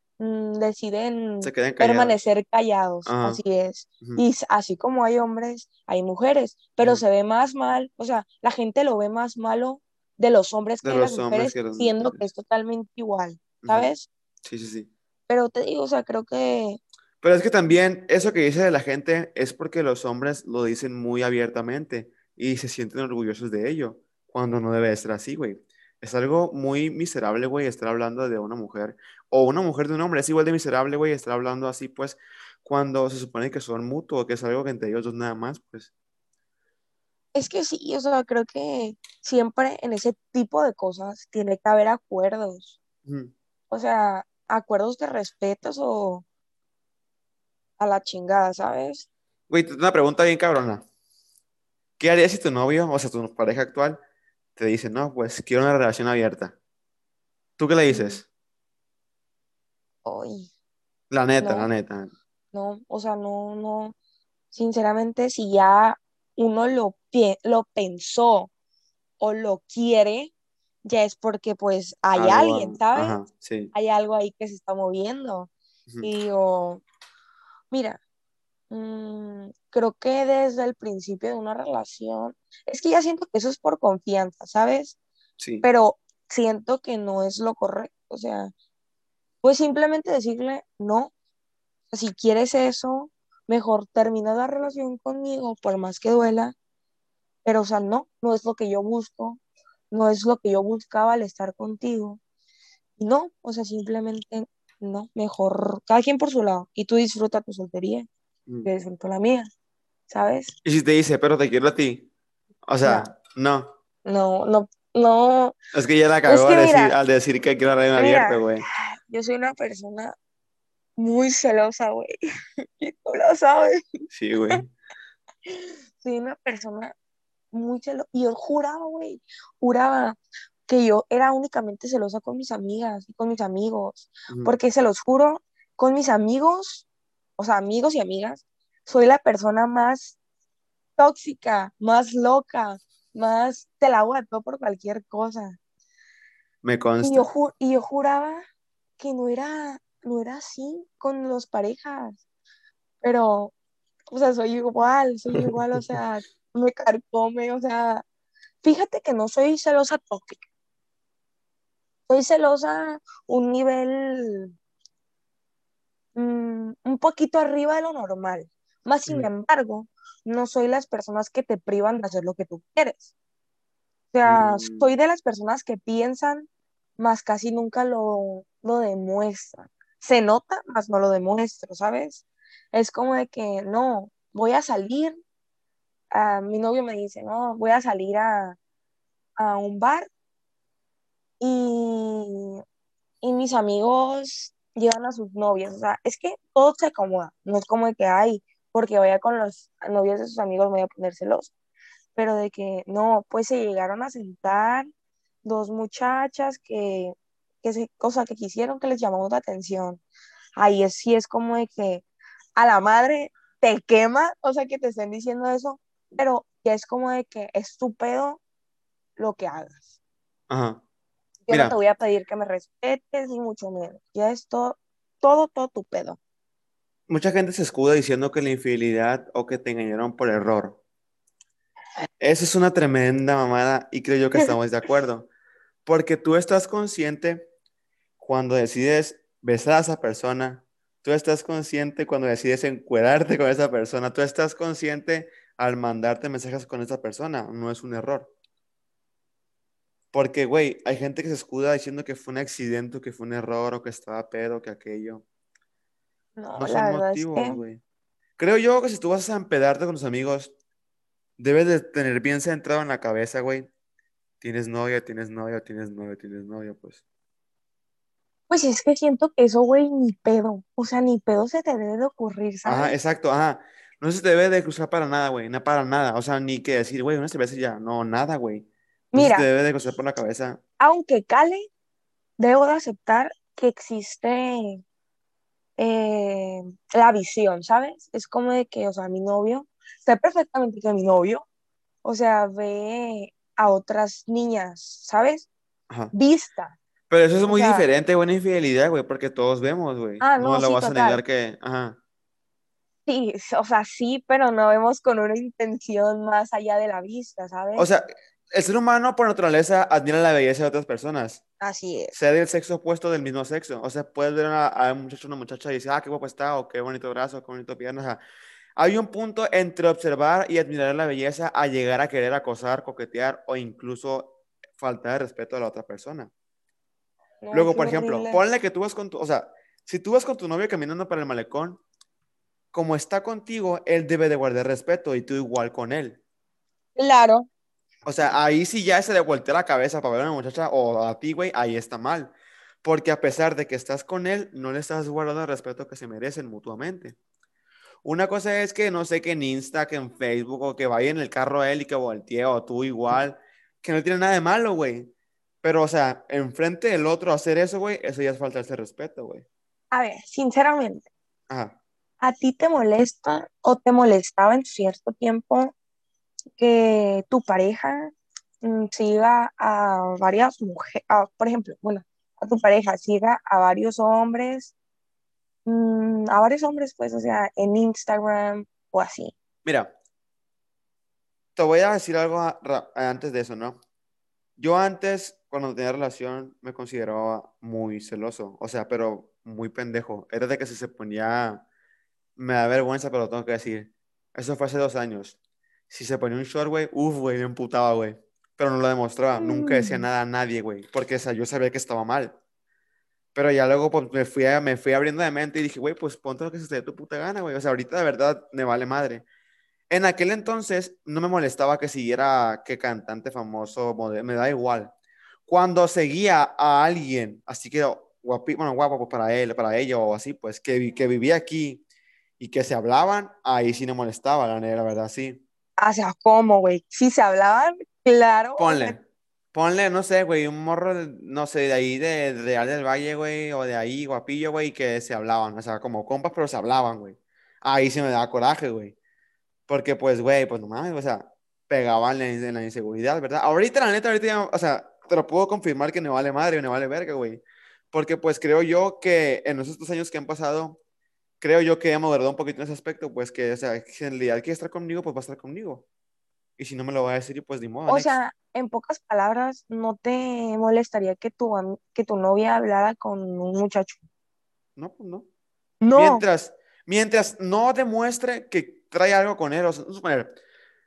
Se deciden quedan callados. permanecer callados, Ajá. así es. Ujú. Y así como hay hombres, hay mujeres, pero Ujú. se ve más mal, o sea, la gente lo ve más malo de los hombres De que de las los hombres mujeres, que las siendo que es mujeres. totalmente igual, Ujú. ¿sabes? Sí, sí, sí. Pero te digo, o sea, creo que Pero es que también eso que dice de la gente es porque los hombres lo dicen muy abiertamente y se sienten orgullosos de ello, cuando no debe de ser así, güey. Es algo muy miserable, güey, estar hablando de una mujer o una mujer de un hombre. Es igual de miserable, güey, estar hablando así, pues, cuando se supone que son mutuos, que es algo que entre ellos dos nada más, pues. es que sí, o sea, creo que siempre en ese tipo de cosas tiene que haber acuerdos, Ujú. o sea, acuerdos de respetos o a la chingada, ¿sabes? Güey, te tengo una pregunta bien cabrona. ¿Qué harías si tu novio, o sea, tu pareja actual, te dice, no, pues quiero una relación abierta? ¿Tú qué le Mm, dices? Hoy, La neta, la no, neta. no, o sea, no, no. Sinceramente, si ya uno lo pensó o lo quiere, ya es porque pues hay alguien, Algo, ¿sabes? ajá, sí. Hay algo ahí que se está moviendo. Ujú. Y digo, mira, creo que desde el principio de una relación, es que ya siento que eso es por confianza, ¿sabes? Sí. Pero siento que no es lo correcto. O sea, pues simplemente decirle, no, si quieres eso, mejor termina la relación conmigo, por más que duela. Pero, o sea, no, no es lo que yo busco, no es lo que yo buscaba al estar contigo. Y no, o sea, simplemente no, mejor cada quien por su lado. Y tú disfruta tu soltería, Mm. yo disfruto la mía, ¿sabes? Y si te dice, pero te quiero a ti. O sea, No. No, No, no, no. es que ya la Es cagó que mira, al decir que quiero radio abierto, mira, güey. yo soy una persona muy celosa, güey. Y tú lo sabes. Sí, güey. Soy una persona muy celosa. Y yo juraba, güey, juraba que yo era únicamente celosa con mis amigas y con mis amigos. Ujú. Porque se los juro, con mis amigos, o sea, amigos y amigas, soy la persona más tóxica, más loca, más te la hago de todo por cualquier cosa. Me Y yo, consta. y yo juraba que no era así con los parejas, pero, o sea, soy igual, o sea, me carcome, o sea, fíjate que no soy celosa tóxica, soy celosa un nivel un poquito arriba de lo normal, más sin Ujú. embargo, no soy las personas que te privan de hacer lo que tú quieres. O sea, Mm, soy de las personas que piensan, más casi nunca lo demuestran. Se nota, más no lo demuestro, ¿sabes? Es como de que no, voy a salir, mi novio me dice, no, voy a salir a un bar y, y mis amigos llevan a sus novias. O sea, es que todo se acomoda. No es como de que, ay, porque vaya con los novios de sus amigos me voy a poner celoso, pero de que no, pues se llegaron a sentar dos muchachas cosa que quisieron que les llamamos la atención. Ahí sí es como de que a la madre te quema, o sea, que te estén diciendo eso, pero ya es como de que es tu pedo lo que hagas. ajá. Yo no te Mira, voy a pedir que me respetes, ni mucho menos. Ya es todo tu pedo. mucha gente se escuda diciendo que la infidelidad o que te engañaron por error. Eso es una tremenda mamada y creo yo que estamos de acuerdo. Porque tú estás consciente cuando decides besar a esa persona, tú estás consciente cuando decides encuerarte con esa persona, tú estás consciente al mandarte mensajes con esa persona, no es un error. Porque, güey, hay gente que se escuda diciendo que fue un accidente, que fue un error, o que estaba pedo, que aquello. No, No son la verdad es motivos, que, güey. Creo yo que si tú vas a empedarte con tus amigos, debes de tener bien centrado en la cabeza, güey. Tienes novia, tienes novia, tienes novia, tienes novia, pues. pues es que siento que eso, güey, ni pedo. O sea, ni pedo se te debe de ocurrir, Ajá, ¿sabes? exacto, ajá. No se te debe de cruzar para nada, güey. No para nada. O sea, ni que decir, güey, una cerveza y ya. No, nada, güey. No se te Mira, debe de cruzar por la cabeza. aunque cale, debo de aceptar que existe eh, la visión, ¿sabes? Es como de que, o sea, mi novio, sé perfectamente que mi novio, o sea, ve a otras niñas, ¿sabes? Ajá. Vista. Pero eso es O muy sea, diferente, buena infidelidad, güey, porque todos vemos, güey. No no, lo sí, vas a negar total. que, ajá. Sí, o sea, sí, pero no vemos con una intención más allá de la vista, O ¿sabes? sea, el ser humano por naturaleza admira la belleza de otras personas, Así es. sea del sexo opuesto o del mismo sexo. O sea, puedes ver a un muchacho o una muchacha y decir, ah, qué guapo está, o qué bonito brazo, qué bonito pierna. O sea, hay un punto entre observar y admirar la belleza a llegar a querer acosar, coquetear o incluso faltar de respeto a la otra persona. No, Luego, qué por ejemplo, horrible. ponle que tú vas con tu, o sea, si tú vas con tu novio caminando para el malecón, como está contigo, él debe de guardar respeto y tú igual con él. Claro. O sea, ahí sí ya se le voltea la cabeza para ver a una muchacha o a ti, güey, ahí está mal. Porque a pesar de que estás con él, no le estás guardando el respeto que se merecen mutuamente. Una cosa es que no sé, que en Insta, que en Facebook, o que vaya en el carro él y que voltee, o tú igual, que no tiene nada de malo, güey. Pero, o sea, enfrente del otro hacer eso, güey, eso ya es faltarse respeto, güey. A ver, sinceramente, Ajá, ¿a ti te molesta o te molestaba en cierto tiempo que tu pareja siga a varias mujeres, por ejemplo, bueno, a tu pareja siga a varios hombres, pues, o sea, en Instagram o así? mira, te voy a decir algo antes de eso, ¿no? Yo antes, cuando tenía relación, me consideraba muy celoso, o sea, pero muy pendejo. Era de que si se ponía, me da vergüenza, pero lo tengo que decir. Eso fue hace 2 años. Si se ponía un short, güey, uff, güey, me emputaba, güey. Pero no lo demostraba, nunca decía Mm. nada a nadie, güey, porque, o sea, yo sabía que estaba mal. Pero ya luego pues, me fui abriendo de mente y dije, güey, pues ponte lo que se te dé tu puta gana, güey. O sea, ahorita de verdad me vale madre. En aquel entonces no me molestaba que siguiera que cantante famoso, me da igual. Cuando seguía a alguien, así que bueno, guapo pues, para él, para ella o así, pues que vivía aquí y que se hablaban, ahí sí me molestaba, la verdad, sí. O sea, ¿cómo, güey? Si se hablaban, claro, o sea, Ponle, no sé, güey, un morro, no sé, de ahí, de Real del Valle, güey, o de ahí, Guapillo, güey, que se hablaban, o sea, como compas, pero se hablaban, güey. Ahí sí me da coraje, güey. Porque, pues, güey, pues no mames, o sea, pegaban en la inseguridad, ¿verdad? Ahorita, la neta, ahorita ya, o sea, te lo puedo confirmar que me vale madre, me vale verga, güey. Porque, pues, creo yo que en esos 2 años que han pasado, creo yo que he madurado un poquito en ese aspecto, pues, que, o sea, si en realidad quiere estar conmigo, pues va a estar conmigo. Y si no me lo va a decir, pues, ni modo, o next. sea, en pocas palabras, ¿no te molestaría que que tu novia hablara con un muchacho? No, pues no. No, Mientras no demuestre que trae algo con él, o sea, vamos a suponer,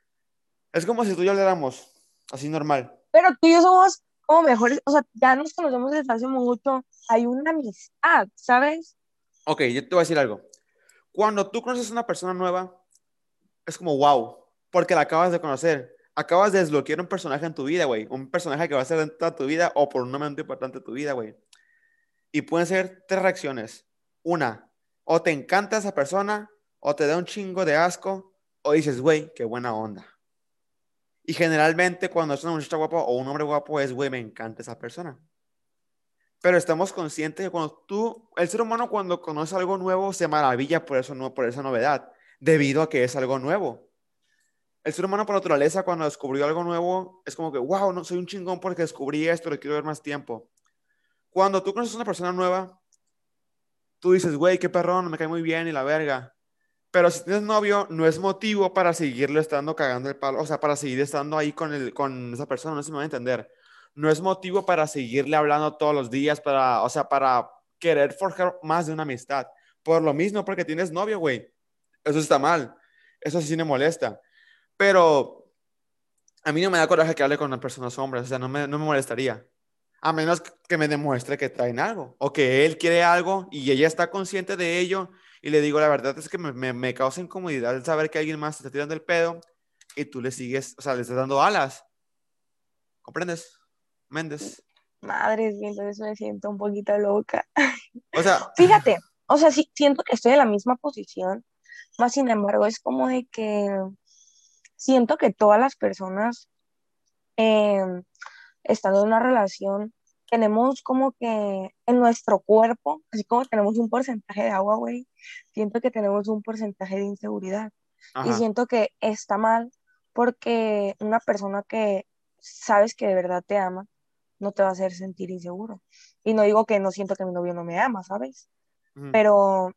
es como si tú y yo habláramos, así normal. pero tú y yo somos como mejores, o sea, ya nos conocemos desde hace mucho, hay una amistad, ¿sabes? Ok, yo te voy a decir algo. Cuando tú conoces a una persona nueva, es como wow, porque la acabas de conocer. Acabas de desbloquear un personaje en tu vida, güey. Un personaje que va a ser dentro de tu vida o por un momento importante de tu vida, güey. Y pueden ser tres reacciones. Una, o te encanta esa persona, o te da un chingo de asco, o dices, güey, qué buena onda. Y generalmente cuando es una muchacha guapa o un hombre guapo es, güey, me encanta esa persona. Pero estamos conscientes que cuando el ser humano cuando conoce algo nuevo se maravilla por eso, no, por esa novedad, debido a que es algo nuevo. El ser humano por naturaleza cuando descubrió algo nuevo es como que, wow, no, soy un chingón porque descubrí esto, le quiero ver más tiempo. Cuando tú conoces a una persona nueva, tú dices, güey, qué perrón, me cae muy bien y la verga. Pero si tienes novio, no es motivo para seguirle estando cagando el palo, o sea, para seguir estando ahí con esa persona, no sé si me va a entender. No es motivo para seguirle hablando todos los días, o sea, para querer forjar más de una amistad. Por lo mismo, porque tienes novio, güey. Eso está mal. Eso sí me molesta. Pero a mí no me da coraje que hable con personas hombres, o sea, no me molestaría. A menos que me demuestre que traen algo, o que él quiere algo y ella está consciente de ello, y le digo, la verdad es que me causa incomodidad el saber que alguien más te está tirando el pedo y tú le sigues, o sea, le estás dando alas. ¿Comprendes? Méndez. Madre mía, entonces me siento un poquito loca. O sea, Fíjate, o sea, sí, siento que estoy en la misma posición, más sin embargo, es como de que siento que todas las personas eh, estando en una relación, tenemos como que en nuestro cuerpo, así como tenemos un porcentaje de agua, güey, siento que tenemos un porcentaje de inseguridad. Y ajá. siento que está mal porque una persona que sabes que de verdad te ama, no te va a hacer sentir inseguro. Y no digo que no siento que mi novio no me ama, ¿sabes? Ujú. Pero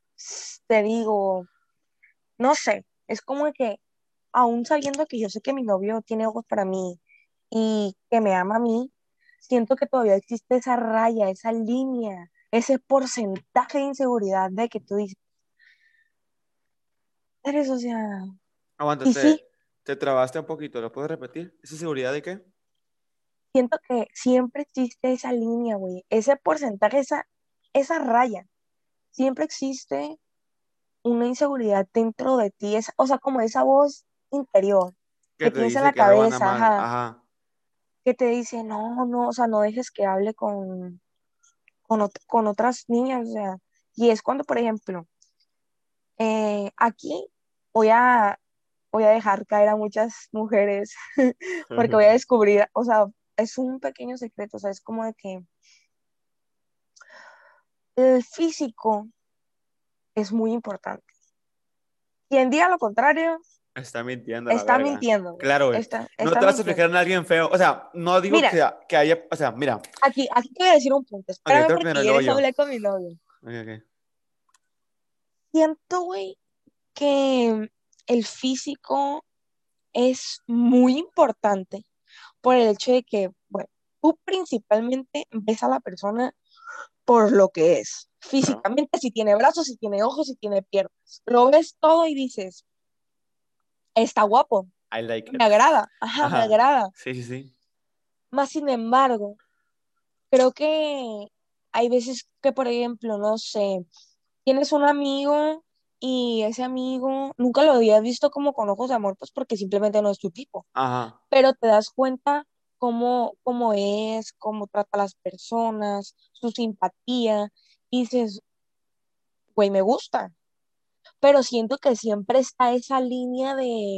te digo, no sé, es como que aún sabiendo que yo sé que mi novio tiene ojos para mí y que me ama a mí, siento que todavía existe esa raya, esa línea, ese porcentaje de inseguridad de que tú dices, eres, o sea, y Aguántate, sí, te trabaste un poquito, ¿lo puedes repetir? ¿Esa seguridad de qué? siento que siempre existe esa línea, güey, ese porcentaje, esa raya, siempre existe una inseguridad dentro de ti, o sea, como esa voz interior Que que te tienes en dice la que algo anda cabeza, mal, ajá, ajá. que te dice, no, no, o sea, no dejes que hable con otras niñas, o sea, y es cuando, por ejemplo, aquí voy a, voy a dejar caer a muchas mujeres porque voy a descubrir, o sea, es un pequeño secreto, o sea, es como de que el físico es muy importante. Quien diga lo contrario, Está mintiendo la está verga. mintiendo, güey, Claro, güey. No está te vas a fijar mintiendo. en alguien feo. O sea, no digo Mira, que haya, o sea, mira. aquí te voy a decir un punto, Ok, espérame tengo porque primero y ayer luego eso yo. hablé con mi novio. Ok, ok. Siento, güey, que el físico es muy importante por el hecho de que, bueno, tú principalmente ves a la persona por lo que es, Claro. físicamente, si tiene brazos, si tiene ojos, si tiene piernas. Lo ves todo y dices, está guapo, I like me it. agrada, ajá, me Ajá. agrada. Sí, sí, sí. Más sin embargo, creo que hay veces que, por ejemplo, no sé, tienes un amigo y ese amigo nunca lo habías visto como con ojos de amor, pues porque simplemente no es tu tipo, Ajá. pero te das cuenta cómo es, cómo trata a las personas, su simpatía, y dices, güey, me gusta, pero siento que siempre está esa línea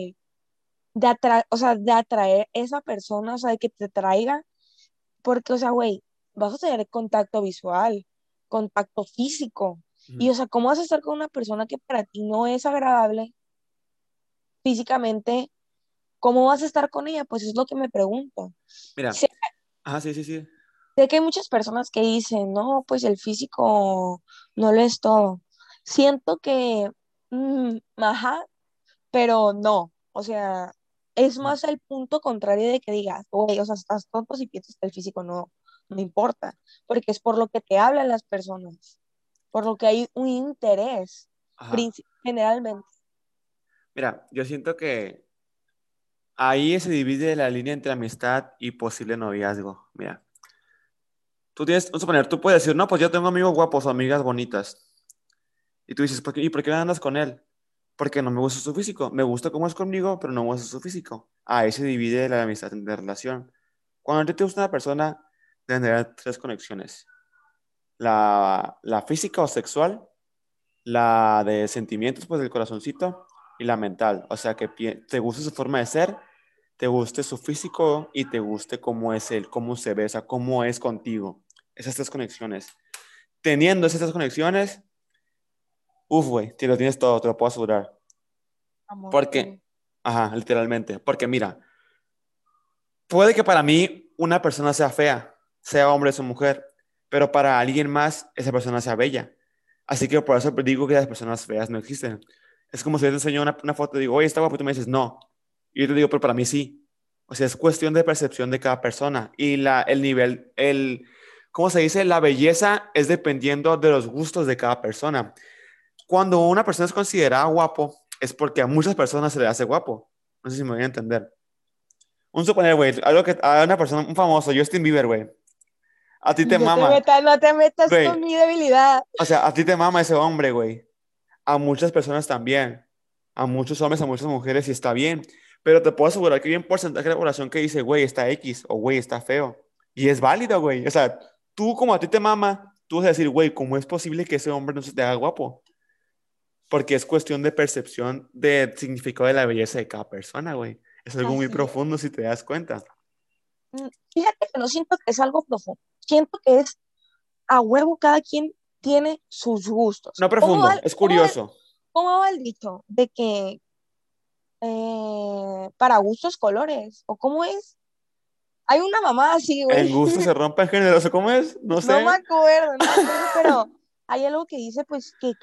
o sea, de atraer esa persona, o sea, de que te traiga, porque, o sea, güey, vas a tener contacto visual, contacto físico, y, Ujú. o sea, ¿cómo vas a estar con una persona que para ti no es agradable físicamente? ¿Cómo vas a estar con ella? Pues es lo que me pregunto. Mira, Sé, ajá, sí, sí, sí. sé que hay muchas personas que dicen, no, pues el físico no lo es todo. Siento que, ajá, pero no. O sea, es Ujú. más el punto contrario de que digas, güey, o sea, estás tonto si piensas que el físico no importa, porque es por lo que te hablan las personas, por lo que hay un interés, Ajá. generalmente. Mira, yo siento que ahí se divide la línea entre amistad y posible noviazgo. Mira, tú tienes, vamos a suponer, tú puedes decir, no, pues yo tengo amigos guapos o amigas bonitas. Y tú dices, ¿y por qué andas con él? Porque no me gusta su físico. Me gusta cómo es conmigo, pero no me gusta su físico. Ahí se divide la amistad en la relación. Cuando a ti te gusta una persona, deben de haber tres conexiones. La física o sexual, la de sentimientos, pues del corazoncito, y la mental. O sea, que te guste su forma de ser, te guste su físico y te guste cómo es él, cómo se ve, o sea, cómo es contigo. Esas tres conexiones. Teniendo esas tres conexiones, uf, güey, te lo tienes todo, te lo puedo asegurar. Amor propio. Porque, ajá, literalmente, porque mira, puede que para mí una persona sea fea, sea hombre o mujer, pero para alguien más esa persona sea bella. Así que por eso digo que las personas feas no existen. Es como si yo te enseño una foto y digo, oye, está guapo, y tú me dices, no. Y yo te digo, pero para mí sí. O sea, es cuestión de percepción de cada persona. Y el nivel, ¿cómo se dice? La belleza es dependiendo de los gustos de cada persona. Cuando una persona es considerada guapo, es porque a muchas personas se le hace guapo. No sé si me voy a entender. Un suponer, güey, algo que a una persona, un famoso, Justin Bieber, güey. A ti te mama, No te metas con güey. mi debilidad. O sea, a ti te mama ese hombre, güey. A muchas personas también. A muchos hombres, a muchas mujeres, y está bien. Pero te puedo asegurar que hay un porcentaje de la población que dice, güey, está X o güey, está feo. Y es válido, güey. O sea, tú como a ti te mama, tú vas a decir, güey, ¿cómo es posible que ese hombre no se te haga guapo? Porque es cuestión de percepción de significado de la belleza de cada persona, güey. Es algo muy Así profundo si te das cuenta. Fíjate que no siento que es algo profundo. Siento que es a huevo, cada quien tiene sus gustos. No profundo, es curioso. ¿Cómo va el dicho? De que para gustos colores, ¿o cómo es? Hay una mamá así, güey. En gusto se rompe géneros, ¿cómo es? No sé. No me acuerdo, pero hay algo que dice pues que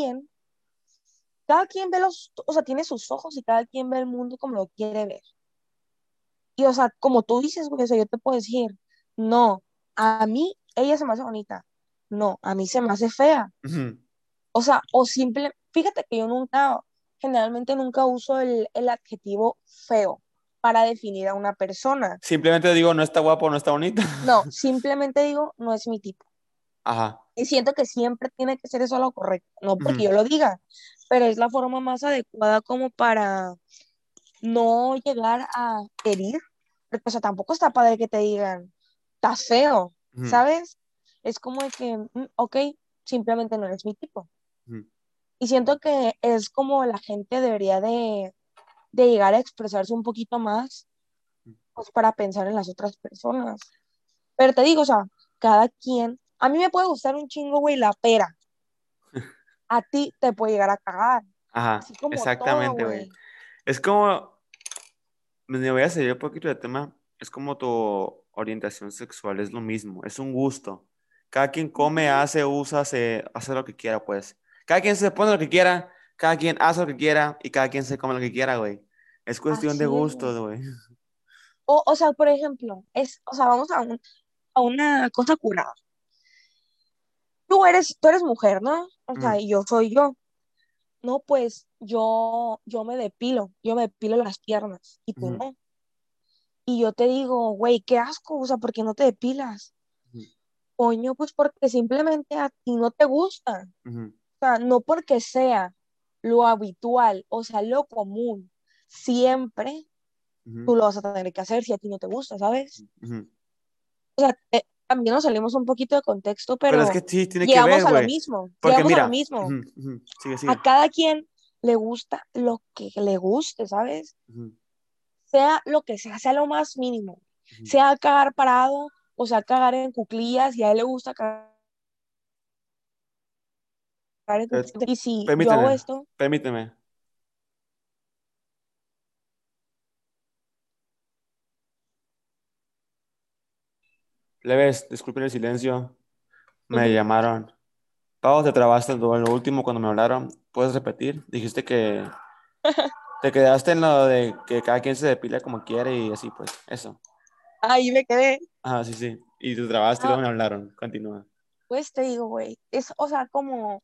cada quien ve o sea, tiene sus ojos y cada quien ve el mundo como lo quiere ver. Y o sea, como tú dices, güey, o sea, yo te puedo decir, no, a mí ella se me hace bonita, no, a mí se me hace fea. Ujú. O sea, fíjate que yo generalmente nunca uso el adjetivo feo para definir a una persona. Simplemente digo, no está guapo, no está bonita. No, simplemente digo, no es mi tipo. Ajá. Y siento que siempre tiene que ser eso lo correcto, no porque Ujú. yo lo diga, pero es la forma más adecuada como para no llegar a herir, porque, o sea, tampoco está padre que te digan, estás feo, Ujú. ¿sabes? Es como de que, ok, simplemente no eres mi tipo. Ujú. Y siento que es como la gente debería de llegar a expresarse un poquito más, pues para pensar en las otras personas. Pero te digo, o sea, cada quien, a mí me puede gustar un chingo, güey, la pera, a ti te puede llegar a cagar, Ajá, así como todo, exactamente, güey. güey. Es como, me voy a seguir un poquito de tema, es como tu orientación sexual, es lo mismo, es un gusto. Cada quien come, Ujú. hace, usa, hace lo que quiera, pues. Cada quien se pone lo que quiera, cada quien hace lo que quiera y cada quien se come lo que quiera, güey. Es cuestión de Así es, güey. gustos, güey. O sea, por ejemplo, o sea, vamos a una cosa curada. Tú eres mujer, ¿no? O sea, Ujú. y yo soy yo. No, pues yo me depilo las piernas y tú Ujú. no. Y yo te digo, güey, qué asco, o sea, ¿por qué no te depilas? Ujú. Coño, pues porque simplemente a ti no te gusta. Ujú. O sea, no porque sea. lo habitual, o sea, lo común, siempre Ujú, tú lo vas a tener que hacer si a ti no te gusta, ¿sabes? ujú. O sea, también nos salimos un poquito de contexto, Pero es pero que sí, tiene que ver, llegamos a lo güey. mismo, Porque llegamos a lo mira, mismo. ujú, ujú, sigue, A sigue. cada quien le gusta lo que le guste, ¿sabes? Ujú, Sea lo que sea lo más mínimo. ujú. Sea cagar parado o sea cagar en cuclillas y a él le gusta cagar en Eh, cuclillas. Y si yo hago permíteme, esto, permíteme. Le ves, disculpen el silencio. Me llamaron. Pau, te trabaste en lo último cuando me hablaron. ¿Puedes repetir? Dijiste que te quedaste en lo de que cada quien se depila como quiere y así, pues, eso. ahí me quedé. Ah, sí, sí. Y tú trabaste y Ah, luego me hablaron. Continúa. pues te digo, güey, es, o sea, como,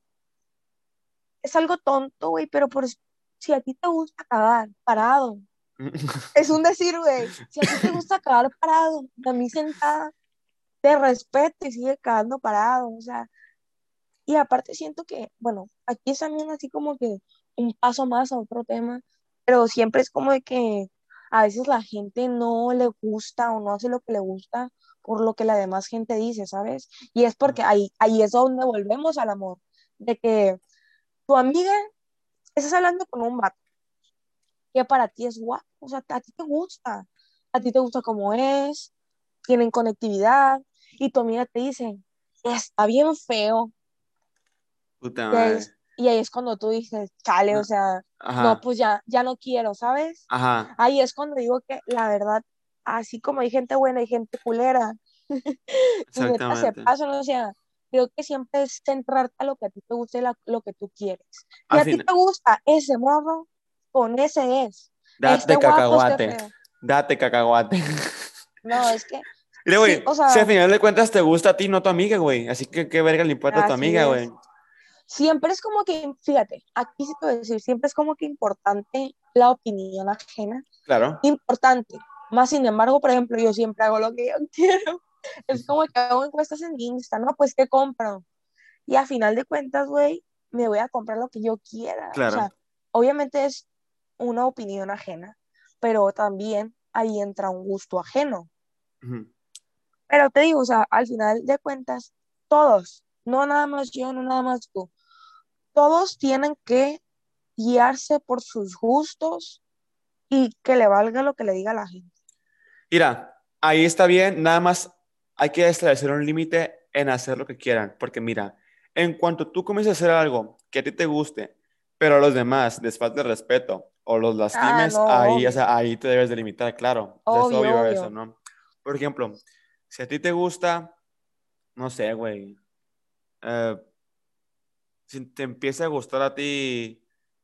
es algo tonto, güey, pero por, si a ti te gusta cagar parado, es un decir, güey, si a ti te gusta cagar parado, y a mí sentada, te respeto y sigue cagando parado, o sea, y aparte siento que, bueno, aquí es también así como que un paso más a otro tema, pero siempre es como de que a veces la gente no le gusta o no hace lo que le gusta por lo que la demás gente dice, ¿sabes? Y es porque ahí es donde volvemos al amor, de que tu amiga, estás hablando con un vato que para ti es guapo, o sea, a ti te gusta cómo es, tienen conectividad, y tu amiga te dice, está bien feo, Puta madre. y ahí es cuando tú dices, chale, o No, sea, no, ajá, pues ya, ya no quiero, ¿sabes? ajá, Ahí es cuando digo que la verdad, así como hay gente buena, hay gente culera, y neta se exactamente. pasan, o sea, creo que siempre es centrarte a lo que a ti te gusta y lo que tú quieres. Si Al a ti fin, te gusta ese morro, con ese es. Esté date guapo, esté cacahuate. feo. Date cacahuate. No, es que Mira, sí, güey, o si al sea, final de cuentas te gusta a ti, no a tu amiga, güey. Así que qué verga le importa a tu así amiga, güey. es. Siempre es como que, fíjate, aquí sí te voy a decir, siempre es como que importante la opinión ajena, Claro. importante. Más sin embargo, por ejemplo, yo siempre hago lo que yo quiero. Es como que hago encuestas en Insta, ¿no? Pues, ¿qué compro? Y a final de cuentas, güey, me voy a comprar lo que yo quiera. O Claro. sea, obviamente es una opinión ajena, pero también ahí entra un gusto ajeno. Ujú. Pero te digo, o sea, al final de cuentas, todos, no nada más yo, no nada más tú, todos tienen que guiarse por sus gustos y que le valga lo que le diga la gente. Mira, ahí está bien, nada más hay que establecer un límite en hacer lo que quieran, porque mira, en cuanto tú comiences a hacer algo que a ti te guste, pero a los demás les falte el respeto o los Ah, lastimes, no, ahí, o obvio, sea, ahí te debes de limitar, claro, o sea, es obvio, obvio eso, obvio. ¿no? Por ejemplo, si a ti te gusta, no sé, güey, eh, si te empieza a gustar a ti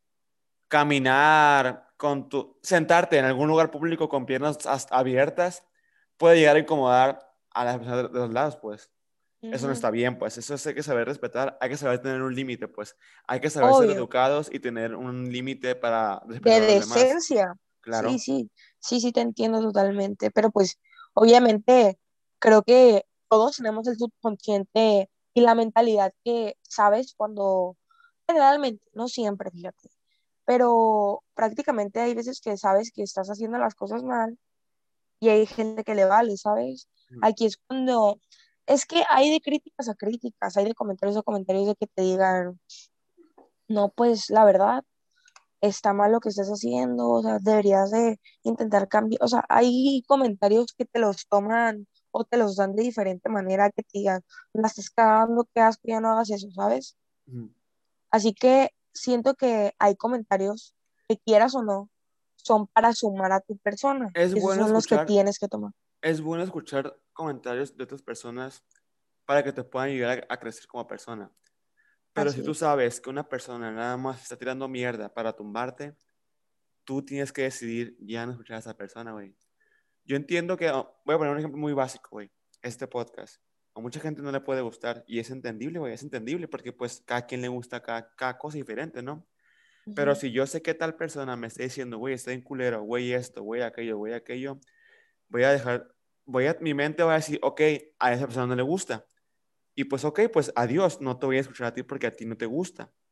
caminar, sentarte en algún lugar público con piernas abiertas, puede llegar a incomodar a las personas de los lados, pues. Eso no Ujú, está bien, pues. Eso hay que saber respetar, hay que saber tener un límite, pues. Hay que saber ser obvio, educados y tener un límite para de respetar a los demás. decencia. Sí, Claro. sí, sí, sí, te entiendo totalmente, pero pues obviamente creo que todos tenemos el subconsciente y la mentalidad que sabes cuando, generalmente, no siempre, fíjate, pero prácticamente hay veces que sabes que estás haciendo las cosas mal y hay gente que le vale, ¿sabes? Ujú. Aquí es cuando, es que hay de críticas a críticas, hay de comentarios a comentarios de que te digan, no, pues la verdad, está mal lo que estás haciendo, o sea, deberías de intentar cambiar, o sea, hay comentarios que te los toman o te los dan de diferente manera, que te digan, la estás cagando, qué asco, ya no hagas eso, ¿sabes? Ujú. Así que siento que hay comentarios que quieras o no, son para sumar a tu persona, Es y esos bueno son los que escuchar, tienes que tomar. es bueno escuchar comentarios de otras personas para que te puedan ayudar a crecer como persona. Pero si Así tú es. sabes que una persona nada más está tirando mierda para tumbarte, tú tienes que decidir ya no escuchar a esa persona, güey. Yo entiendo que, voy a poner un ejemplo muy básico, güey, este podcast. A mucha gente no le puede gustar y es entendible, güey, es entendible porque pues cada quien le gusta cada cosa diferente, ¿no? Pero Ujú. si yo sé que tal persona me está diciendo, güey, está en culero, güey esto, güey aquello, voy a dejar, mi mente va a decir, ok, a esa persona no le gusta. Y pues, ok, pues adiós, no te voy a escuchar a ti porque a ti no te gusta.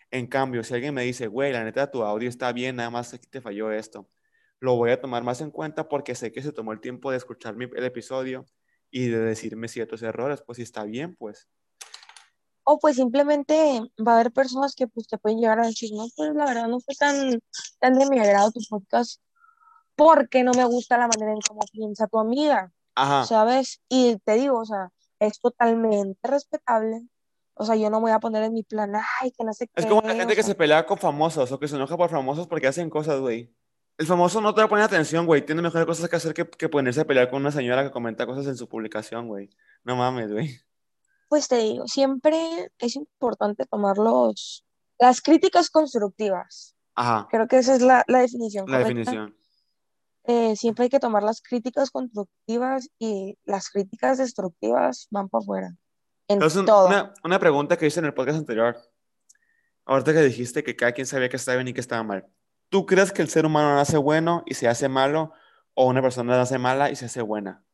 En cambio, si alguien me dice, güey, la neta, tu audio está bien, nada más aquí te falló esto, lo voy a tomar más en cuenta porque sé que se tomó el tiempo de escuchar el episodio y de decirme ciertos errores, pues si está bien, pues. O pues simplemente va a haber personas que pues te pueden llegar a decir, no, pues la verdad no fue tan de mi agrado tu podcast porque no me gusta la manera en cómo piensa tu amiga, Ajá. ¿sabes? Y te digo, o sea, es totalmente respetable. O sea, yo no me voy a poner en mi plan, ay, que no sé Es como la qué, o gente que sea, se pelea con famosos o que se enoja por famosos porque hacen cosas, güey. El famoso no te va a poner atención, güey. Tiene mejores cosas que hacer que ponerse a pelear con una señora que comenta cosas en su publicación, güey. No mames, güey. pues te digo, siempre es importante tomar las críticas constructivas. Ajá, Creo que esa es la definición la correcta. definición. Siempre hay que tomar las críticas constructivas y las críticas destructivas van para afuera, en Entonces, todo. una pregunta que hice en el podcast anterior, ahorita que dijiste que cada quien sabía que estaba bien y que estaba mal. ¿Tú crees que el ser humano nace bueno y se hace malo o una persona nace mala y se hace buena?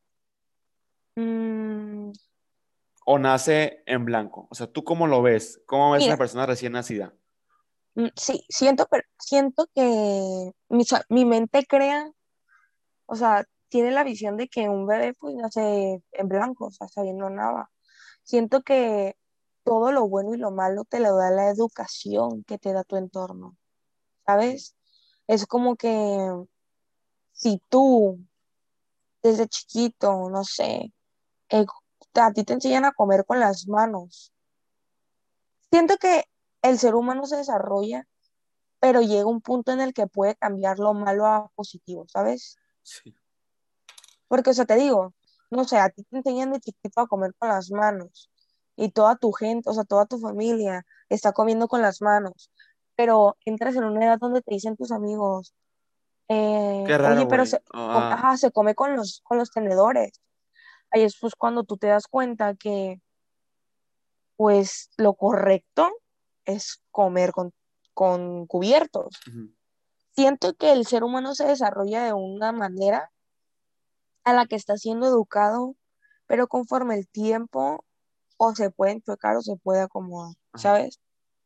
Mm, ¿O nace en blanco? O sea, ¿tú cómo lo ves? ¿Cómo ves a mira, una persona recién nacida? sí, siento que mi mente crea, o sea, tiene la visión de que un bebé pues nace en blanco, o sea, sabiendo nada. Siento que todo lo bueno y lo malo te lo da la educación que te da tu entorno, ¿sabes? Es como que si tú desde chiquito, no sé, eh, a ti te enseñan a comer con las manos. Siento que el ser humano se desarrolla, pero llega un punto en el que puede cambiar lo malo a positivo, ¿sabes? Sí. Porque, o sea, te digo, no sé, a ti te enseñan de chiquito a comer con las manos y toda tu gente, o sea, toda tu familia está comiendo con las manos, pero entras en una edad donde te dicen tus amigos, Qué raro, oye, pero güey. ajá, se come con los tenedores. Ahí es pues cuando tú te das cuenta que pues lo correcto es comer con cubiertos. Ujú. Siento que el ser humano se desarrolla de una manera a la que está siendo educado, pero conforme el tiempo o se puede enfocar o se puede acomodar, Ajá. ¿sabes?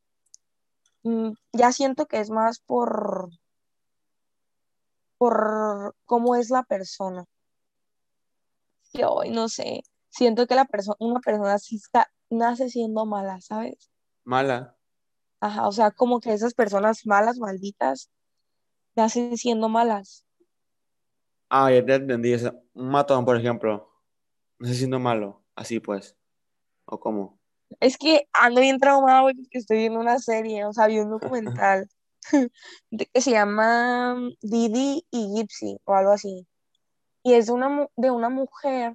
Ya siento que es más por cómo es la persona. Que hoy no sé, siento que una persona sí nace siendo mala, ¿sabes? Mala. Ajá, o sea, como que esas personas malas, malditas, nacen siendo malas. Ah, ya te entendí. Un matón, por ejemplo. No sé siendo malo. Así pues. ¿O cómo? Es que ando bien traumada, güey, porque estoy viendo una serie, o sea, vi un documental que se llama Didi y Gypsy o algo así. Y es de una mujer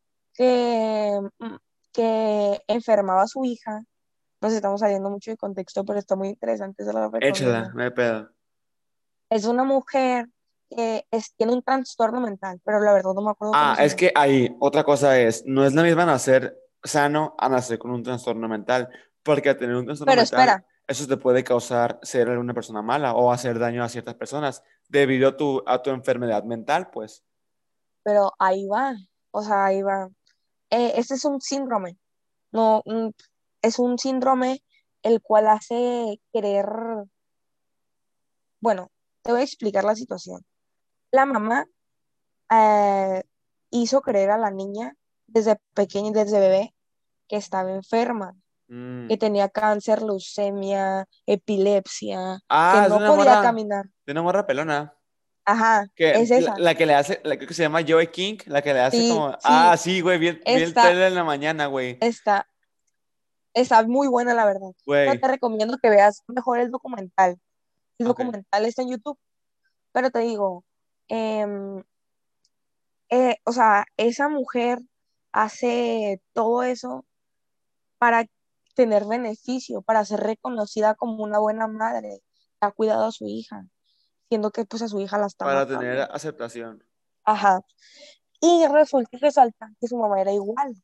que enfermaba a su hija. Nos estamos saliendo mucho de contexto, pero está muy interesante, se lo Échala, recomiendo. no hay pedo. Es una mujer que tiene un trastorno mental, pero la verdad no me acuerdo cómo Ah, se es llama. que ahí, otra cosa es, no es la misma nacer sano a nacer con un trastorno mental, porque al tener un trastorno Pero mental, espera, eso te puede causar ser una persona mala o hacer daño a ciertas personas debido a tu enfermedad mental, pues. pero ahí va, o sea, ahí va. Este es un síndrome, no, es un síndrome el cual hace creer, bueno, te voy a explicar la situación. La mamá eh, hizo creer a la niña desde pequeña, desde bebé, que estaba enferma, Mm. que tenía cáncer, leucemia, epilepsia, que Ah, no podía caminar. de una morra pelona. Ajá, Que es esa. la que le hace, la que se llama Joey King, la que le hace Sí, como, sí, sí, güey, vi el está, trailer en la mañana, güey. está, está muy buena, la verdad. Pero te Güey, recomiendo que veas mejor el documental. El ok. documental está en YouTube, pero te digo, em, o sea, esa mujer hace todo eso para tener beneficio, para ser reconocida como una buena madre, que ha cuidado a su hija, siendo que pues a su hija la está Para tener matando. aceptación. Ajá. Y resulta y resalta que su mamá era igual.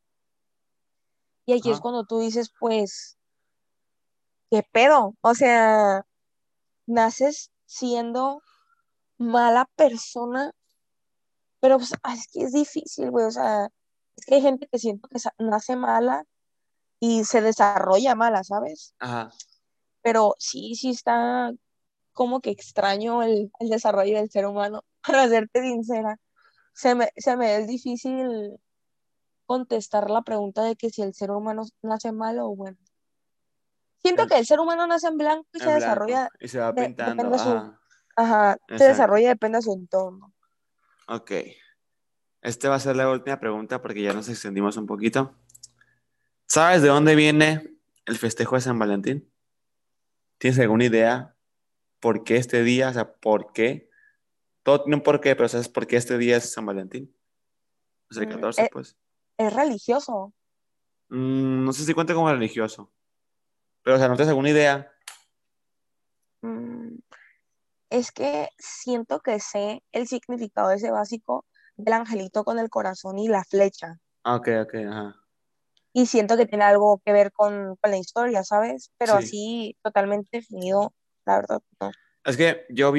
Y aquí es Ajá. cuando tú dices, pues, ¿qué pedo? O sea, naces siendo mala persona, pero pues, es que es difícil, güey. O sea, es que hay gente que siento que nace mala y se desarrolla mala, ¿sabes? Ajá. pero sí, sí está como que extraño el desarrollo del ser humano, para serte sincera. Se me es difícil contestar la pregunta de que si el ser humano nace malo o bueno. Siento En, que el ser humano nace en blanco y se en blanco. desarrolla, Y se va pintando. depende de su, Ajá. ajá, se Exacto. desarrolla depende de su entorno. Ok. Este va a ser la última pregunta porque ya nos extendimos un poquito. ¿Sabes de dónde viene el festejo de San Valentín? ¿Tienes alguna idea por qué este día? O sea, ¿por qué? Todo tiene un porqué, pero ¿sabes por qué este día es San Valentín? Es el Mm, 14, es, pues. es religioso. No sé si cuenta como religioso, pero o sea, ¿no tienes alguna idea? Mm, es que siento que sé el significado ese básico del angelito con el corazón y la flecha. Ah, ok, ok, ajá. Y siento que tiene algo que ver con la historia, ¿sabes? Pero Sí. así totalmente definido, la verdad, no. Es que yo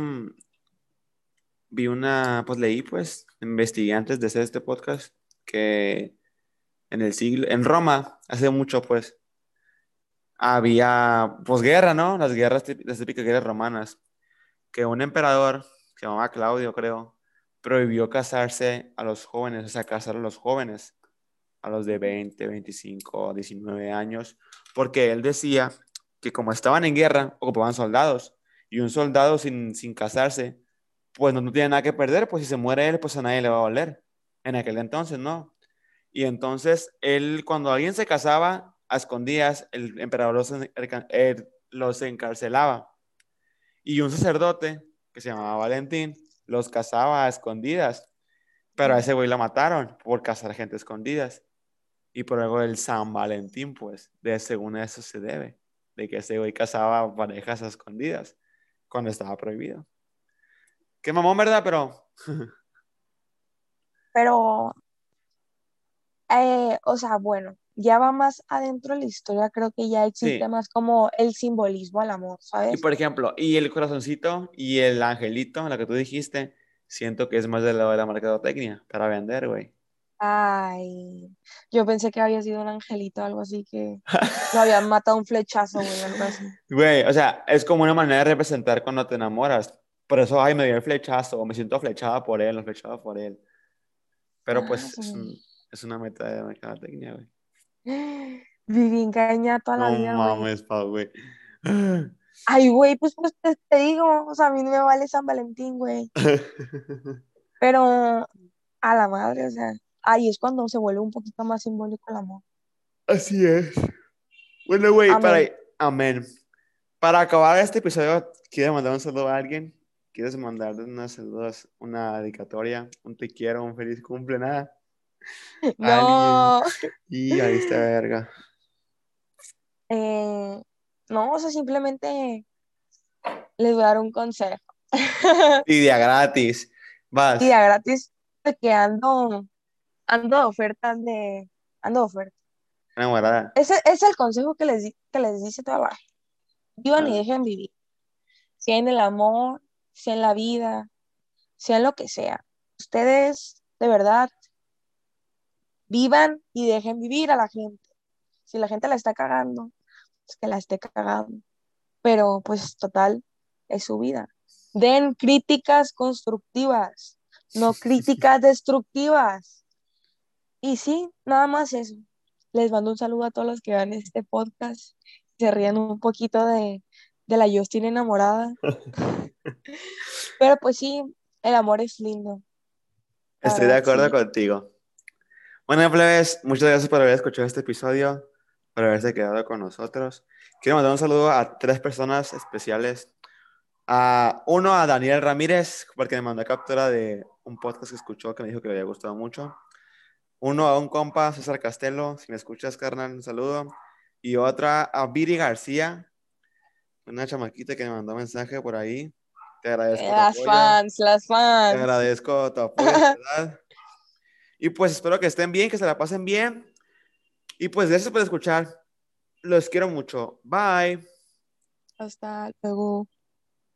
vi una, pues leí, pues, investigué antes de hacer este podcast, que en Roma, hace mucho, pues, había, pues, guerra, ¿no? Las típicas guerras romanas, que un emperador, que se llamaba Claudio, creo, prohibió casarse a los jóvenes, o sea, casar a los jóvenes, a los de 20, 25, 19 años, porque él decía que como estaban en guerra, ocupaban soldados, y un soldado sin casarse, pues no tiene nada que perder, pues si se muere él, pues a nadie le va a valer. En aquel entonces, ¿no? Y entonces él, cuando alguien se casaba a escondidas, el emperador los encarcelaba. Y un sacerdote, que se llamaba Valentín, los casaba a escondidas, pero a ese güey lo mataron por casar gente a escondidas. Y por algo el San Valentín, pues, según eso se debe, de que ese güey casaba parejas a escondidas cuando estaba prohibido. Qué mamón, ¿verdad? Pero Pero, o sea, bueno, ya va más adentro de la historia, creo que ya existe sí. más como el simbolismo al amor, Y ¿sabes? por ejemplo, y el corazoncito y el angelito, la que tú dijiste, siento que es más del lado de la mercadotecnia, para vender, güey. Ay, yo pensé que había sido un angelito o algo así, que lo habían matado un flechazo, güey, algo así. Güey, o sea, es como una manera de representar cuando te enamoras. Por eso, ay, me dio el flechazo, o me siento flechada por él, o flechada por él. Pero Ah, pues sí. es una meta de mercadotecnia, güey. Viví engañada toda la No vida, güey. mames, pa, güey. Ay, güey, pues te digo, o sea, a mí no me vale San Valentín, güey. Pero a la madre, o sea, ahí es cuando se vuelve un poquito más simbólico el amor. Así es. Bueno, güey, Amén. amén. Para acabar este episodio, ¿quieres mandar un saludo a alguien? ¿Quieres mandarle unos saludos, una dedicatoria, un te quiero, un feliz cumple, nada? A alguien. No, Y ahí está, verga. eh, no, o sea, simplemente les voy a dar un consejo. Y día gratis. Y a Vas, gratis, de que ando de ofertas ando de ofertas. enamorada. Ese es el consejo que les dice toda la gente. Vivan y Ah, dejen vivir. Sea en el amor, sea en la vida, sea en lo que sea. Ustedes, de verdad, vivan y dejen vivir a la gente. Si la gente la está cagando, pues que la esté cagando. Pero pues total, es su vida. Den críticas constructivas, no críticas destructivas. Y sí, nada más eso. Les mando un saludo a todos los que vean este podcast. Se ríen un poquito de la Justin enamorada. Pero pues sí, el amor es lindo, la Estoy de verdad, acuerdo sí. contigo. Bueno, plebes, muchas gracias por haber escuchado este episodio, por haberse quedado con nosotros. Quiero mandar un saludo a tres personas especiales. Uno, a Daniel Ramírez, porque me mandó captura de un podcast que escuchó que me dijo que le había gustado mucho. Uno, a un compa, César Castelo, si me escuchas, carnal, un saludo. Y otra, a Viri García, una chamaquita que me mandó mensaje por ahí. Te agradezco tu Las apoyo. fans, las Te fans. agradezco tu apoyo, de verdad. Y pues espero que estén bien, que se la pasen bien. Y pues gracias por escuchar. Los quiero mucho. Bye. Hasta luego.